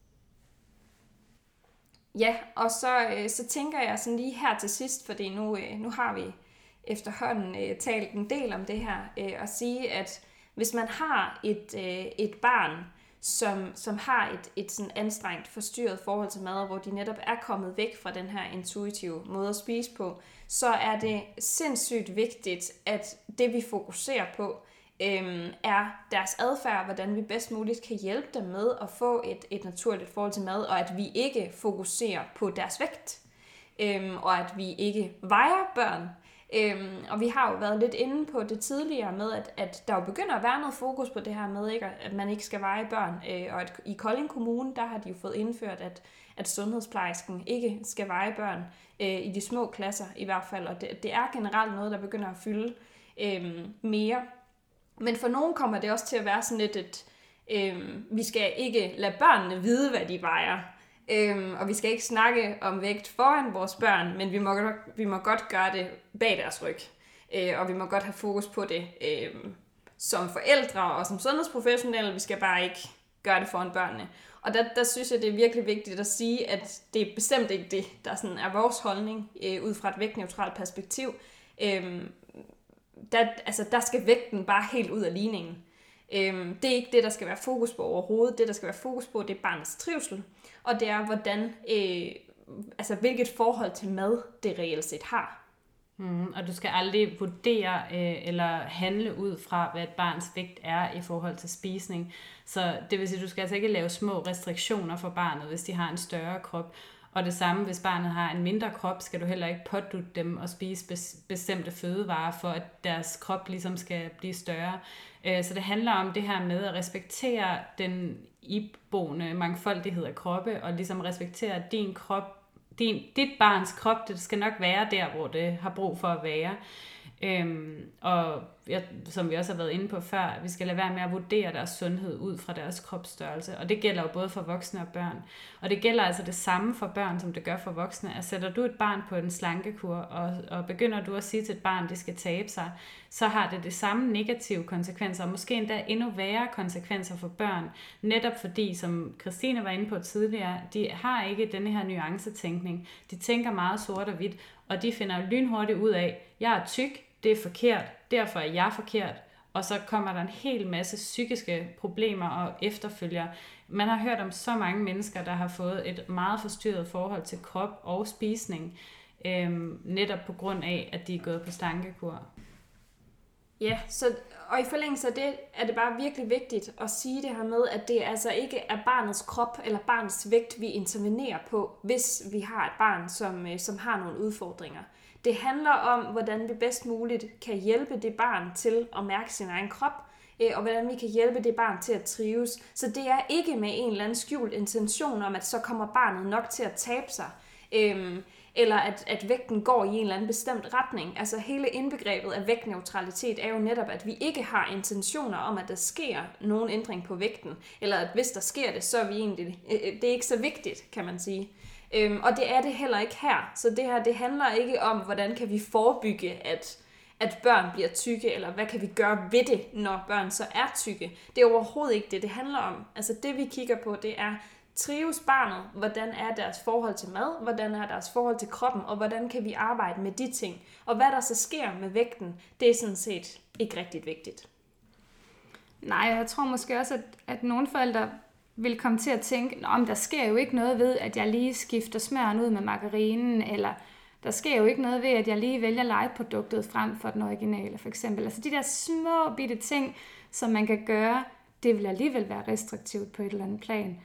Speaker 2: Ja, og så, øh, så tænker jeg sådan lige her til sidst, fordi nu, øh, nu har vi efterhånden øh, talt en del om det her, øh, at sige, at hvis man har et, øh, et barn, som, som har et, et sådan anstrengt, forstyrret forhold til mad, hvor de netop er kommet væk fra den her intuitive måde at spise på, så er det sindssygt vigtigt, at det vi fokuserer på, øhm, er deres adfærd, hvordan vi bedst muligt kan hjælpe dem med at få et, et naturligt forhold til mad, og at vi ikke fokuserer på deres vægt, øhm, og at vi ikke vejer børn. Øhm, og vi har jo været lidt inde på det tidligere med, at, at der jo begynder at være noget fokus på det her med, ikke, at man ikke skal veje børn. Øh, og at i Kolding Kommune, der har de jo fået indført, at, at sundhedsplejersken ikke skal veje børn, øh, i de små klasser i hvert fald. Og det, det er generelt noget, der begynder at fylde øh, mere. Men for nogen kommer det også til at være sådan lidt, at øh, vi skal ikke lade børnene vide, hvad de vejer. Øhm, og vi skal ikke snakke om vægt foran vores børn, men vi må, vi må godt gøre det bag deres ryg. Øh, og vi må godt have fokus på det øh, som forældre og som sundhedsprofessionelle. Vi skal bare ikke gøre det foran børnene. Og der, der synes jeg, det er virkelig vigtigt at sige, at det er bestemt ikke det, der sådan er vores holdning øh, ud fra et vægtneutralt perspektiv. Øh, der, altså, der skal vægten bare helt ud af ligningen. Øh, det er ikke det, der skal være fokus på overhovedet. Det, der skal være fokus på, det er barnets trivsel. Og det er, hvordan, øh, altså, hvilket forhold til mad det reelt set har.
Speaker 3: Mm, og du skal aldrig vurdere øh, eller handle ud fra, hvad et barns vægt er i forhold til spisning. Så det vil sige, at du skal altså ikke lave små restriktioner for barnet, hvis de har en større krop. Og det samme, hvis barnet har en mindre krop, skal du heller ikke pådutte dem at spise bestemte fødevarer, for at deres krop ligesom skal blive større. Så det handler om det her med at respektere den iboende mangfoldighed af kroppe, og ligesom respektere din krop, din, dit barns krop, det skal nok være der, hvor det har brug for at være. Øhm, og ja, som vi også har været inde på før, vi skal lade være med at vurdere deres sundhed ud fra deres kropsstørrelse, og det gælder jo både for voksne og børn. Og det gælder altså det samme for børn, som det gør for voksne. At sætter du et barn på en slankekur, og, og begynder du at sige til et barn, at det skal tabe sig, så har det det samme negative konsekvenser, og måske endda endnu værre konsekvenser for børn, netop fordi, som Christine var inde på tidligere, de har ikke denne her nuancetænkning. De tænker meget sort og hvidt, og de finder lynhurtigt ud af, jeg er tyk, det er forkert, derfor er jeg forkert, og så kommer der en hel masse psykiske problemer og efterfølger. Man har hørt om så mange mennesker, der har fået et meget forstyrret forhold til krop og spisning, øhm, netop på grund af, at de er gået på slankekur.
Speaker 2: Ja, så, og i forlængelse af det er det bare virkelig vigtigt at sige det her med, at det altså ikke er barnets krop eller barnets vægt, vi intervenerer på, hvis vi har et barn, som, som har nogle udfordringer. Det handler om, hvordan vi bedst muligt kan hjælpe det barn til at mærke sin egen krop, og hvordan vi kan hjælpe det barn til at trives. Så det er ikke med en eller anden skjult intention om, at så kommer barnet nok til at tabe sig, øhm, eller at, at vægten går i en eller anden bestemt retning. Altså hele indbegrebet af vægtneutralitet er jo netop, at vi ikke har intentioner om, at der sker nogen ændring på vægten, eller at hvis der sker det, så er vi egentlig, det er ikke så vigtigt, kan man sige. Øhm, og det er det heller ikke her. Så det her, det handler ikke om, hvordan kan vi forebygge, at, at børn bliver tykke, eller hvad kan vi gøre ved det, når børn så er tykke. Det er overhovedet ikke det, det handler om. Altså det, vi kigger på, det er, trives barnet, hvordan er deres forhold til mad, hvordan er deres forhold til kroppen, og hvordan kan vi arbejde med de ting. Og hvad der så sker med vægten, det er sådan set ikke rigtig vigtigt.
Speaker 4: Nej, jeg tror måske også, at, at nogle forældre vil komme til at tænke, om der sker jo ikke noget ved, at jeg lige skifter smøren ud med margarinen, eller Der sker jo ikke noget ved, at jeg lige vælger legeproduktet frem for den originale, for eksempel. Altså de der små bitte ting, som man kan gøre, det vil alligevel være restriktivt på et eller andet plan.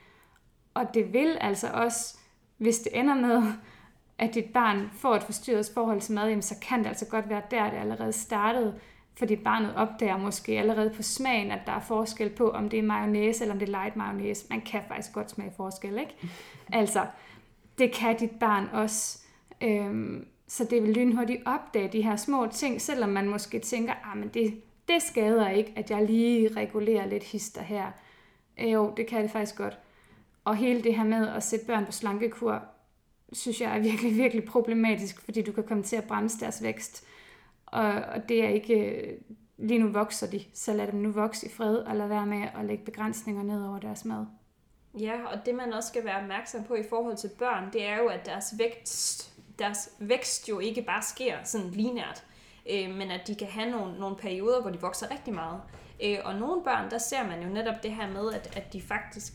Speaker 4: Og det vil altså også, hvis det ender med, at dit barn får et forstyrret forhold til mad, jamen, så kan det altså godt være der, det allerede startede, fordi barnet opdager måske allerede på smagen, at der er forskel på, om det er mayonnaise eller om det er light mayonnaise. Man kan faktisk godt smage forskel, ikke? Altså, det kan dit barn også. Øhm, så det vil lynhurtigt opdage de her små ting, selvom man måske tænker, ah, men det, det skader ikke, at jeg lige regulerer lidt hister her. Øh, jo, det kan det faktisk godt. Og hele det her med at sætte børn på slankekur, synes jeg er virkelig, virkelig problematisk, fordi du kan komme til at bremse deres vækst. Og, og det er ikke, lige nu vokser de, så lad dem nu vokse i fred, og lad være med at lægge begrænsninger ned over deres mad.
Speaker 2: Ja, og det man også skal være opmærksom på i forhold til børn, det er jo, at deres vækst, deres vækst jo ikke bare sker sådan lineært, øh, men at de kan have nogle, nogle perioder, hvor de vokser rigtig meget. Øh, og nogle børn, der ser man jo netop det her med, at, at de faktisk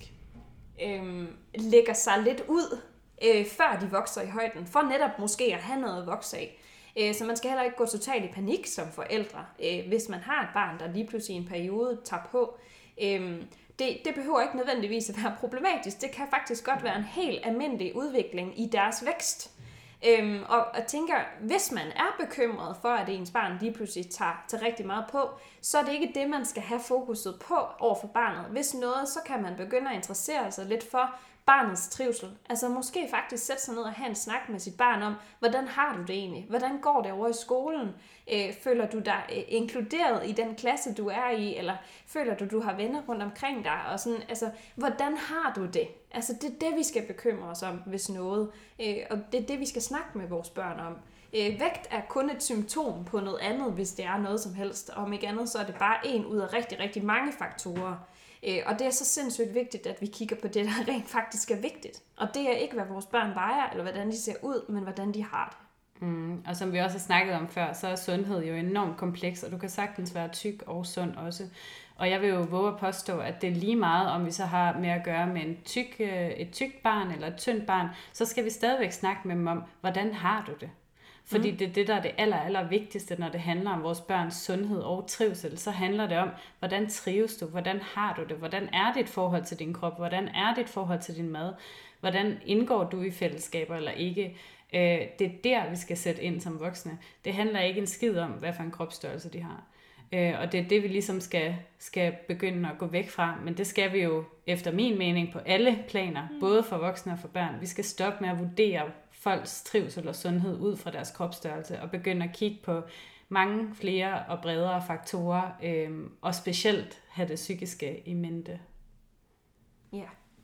Speaker 2: øh, lægger sig lidt ud, øh, før de vokser i højden, for netop måske at have noget at vokse af. Øh, så man skal heller ikke gå totalt i panik som forældre, øh, hvis man har et barn, der lige pludselig i en periode tager på. Øh, Det, det behøver ikke nødvendigvis at være problematisk. Det kan faktisk godt være en helt almindelig udvikling i deres vækst. Øhm, og jeg tænker, hvis man er bekymret for, at ens barn lige pludselig tager, tager rigtig meget på, så er det ikke det, man skal have fokuset på over for barnet. Hvis noget, så kan man begynde at interessere sig lidt for barnets trivsel. Altså måske faktisk sætte sig ned og have en snak med sit barn om, hvordan har du det egentlig? Hvordan går det over i skolen? Øh, føler du dig øh, inkluderet i den klasse, du er i? Eller føler du, du har venner rundt omkring dig? Og sådan, altså, hvordan har du det? Altså det er det, vi skal bekymre os om, hvis noget. Øh, og det er det, vi skal snakke med vores børn om. Øh, vægt er kun et symptom på noget andet, hvis det er noget som helst. Og om ikke andet, så er det bare en ud af rigtig, rigtig mange faktorer. Og det er så sindssygt vigtigt, at vi kigger på det, der rent faktisk er vigtigt. Og det er ikke, hvad vores børn vejer, eller hvordan de ser ud, men hvordan de har det.
Speaker 3: Mm, og som vi også har snakket om før, så er sundhed jo enormt kompleks, og du kan sagtens være tyk og sund også. Og jeg vil jo våge at påstå, at det er lige meget, om vi så har med at gøre med en tyk, et tykt barn eller et tyndt barn, så skal vi stadigvæk snakke med dem om, hvordan har du det? Fordi mm. det er det, der er det aller, aller vigtigste, når det handler om vores børns sundhed og trivsel. Så handler det om, hvordan trives du? Hvordan har du det? Hvordan er dit forhold til din krop? Hvordan er dit forhold til din mad? Hvordan indgår du i fællesskaber eller ikke? Det er der, vi skal sætte ind som voksne. Det handler ikke en skid om, hvad for en kropsstørrelse de har. Og det er det, vi ligesom skal, skal begynde at gå væk fra. Men det skal vi jo, efter min mening, på alle planer, mm. både for voksne og for børn. Vi skal stoppe med at vurdere folks trivsel og sundhed ud fra deres kropsstørrelse, og begynde at kigge på mange flere og bredere faktorer, øhm, og specielt have det psykiske i mente.
Speaker 2: Ja,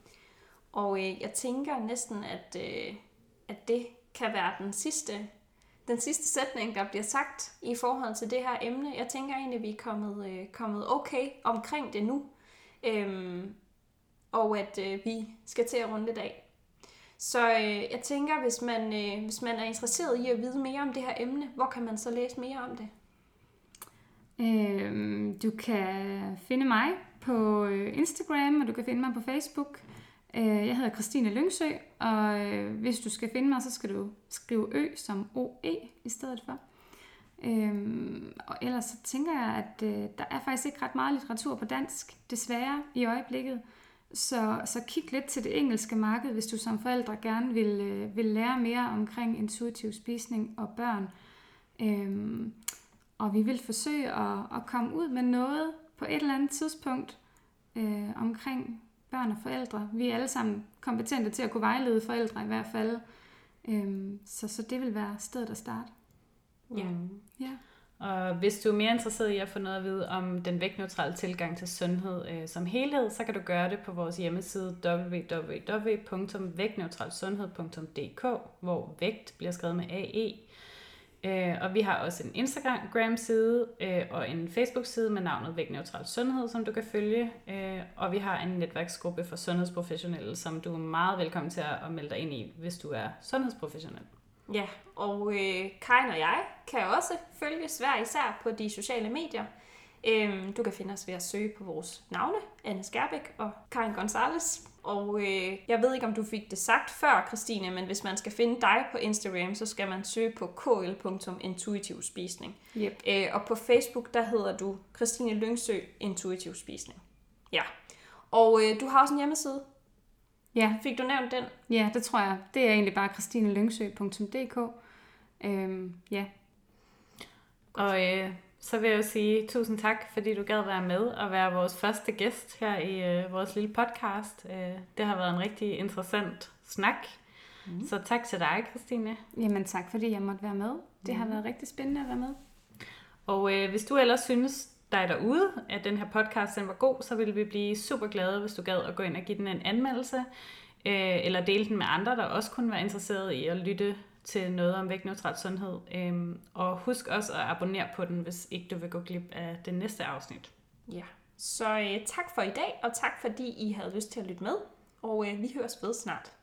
Speaker 2: og øh, jeg tænker næsten, at, øh, at det kan være den sidste, den sidste sætning, der bliver sagt i forhold til det her emne. Jeg tænker egentlig, at vi er kommet, øh, kommet okay omkring det nu, øhm, og at øh, vi skal til at runde det af. Så øh, jeg tænker, hvis man, øh, hvis man er interesseret i at vide mere om det her emne, hvor kan man så læse mere om det?
Speaker 4: Øhm, du kan finde mig på Instagram, og du kan finde mig på Facebook. Øh, jeg hedder Christine Lyngsø, og øh, hvis du skal finde mig, så skal du skrive Ø som O E i stedet for. Øhm, og ellers så tænker jeg, at øh, der er faktisk ikke ret meget litteratur på dansk, desværre i øjeblikket. Så, så kig lidt til det engelske marked, hvis du som forældre gerne vil, øh, vil lære mere omkring intuitiv spisning og børn. Øhm, og vi vil forsøge at, at komme ud med noget på et eller andet tidspunkt øh, omkring børn og forældre. Vi er alle sammen kompetente til at kunne vejlede forældre i hvert fald. Øhm, så, så det vil være stedet at starte.
Speaker 3: Ja.
Speaker 4: Ja.
Speaker 3: Og hvis du er mere interesseret i at få noget at vide om den vægtneutrale tilgang til sundhed øh, som helhed, så kan du gøre det på vores hjemmeside w w w punktum vægtneutralsundhed punktum d k, hvor vægt bliver skrevet med A E. Øh, og vi har også en Instagram-side øh, og en Facebook-side med navnet Vægtneutral Sundhed, som du kan følge. Øh, og vi har en netværksgruppe for sundhedsprofessionelle, som du er meget velkommen til at melde dig ind i, hvis du er sundhedsprofessionel.
Speaker 2: Ja, og øh, Karin og jeg kan også følges hver især på de sociale medier. Øhm, du kan finde os ved at søge på vores navne, Anne Skærbæk og Karin Gonzalez. Og øh, jeg ved ikke, om du fik det sagt før, Christine, men hvis man skal finde dig på Instagram, så skal man søge på k l punktum intuitiv spisning.
Speaker 4: Yep.
Speaker 2: Øh, og på Facebook, der hedder du Christine Lyngsø Intuitiv Spisning. Ja. Og øh, du har også en hjemmeside.
Speaker 4: Ja.
Speaker 2: Fik du nævnt den?
Speaker 4: Ja, det tror jeg. Det er egentlig bare christine lyngsø punktum d k. Øhm, ja.
Speaker 3: Og øh, så vil jeg jo sige tusind tak, fordi du gad være med og være vores første gæst her i øh, vores lille podcast. Øh, det har været en rigtig interessant snak. Mm. Så tak til dig, Christine.
Speaker 4: Jamen tak, fordi jeg måtte være med. Det har været rigtig spændende at være med.
Speaker 3: Og øh, hvis du ellers synes, dig derude, at den her podcast den var god, så ville vi blive super glade, hvis du gad at gå ind og give den en anmeldelse, øh, eller dele den med andre, der også kunne være interesseret i at lytte til noget om vægtneutral sundhed. Øh, og husk også at abonnere på den, hvis ikke du vil gå glip af det næste afsnit.
Speaker 2: Ja, så øh, tak for i dag, og tak fordi I havde lyst til at lytte med, og øh, vi høres ved snart.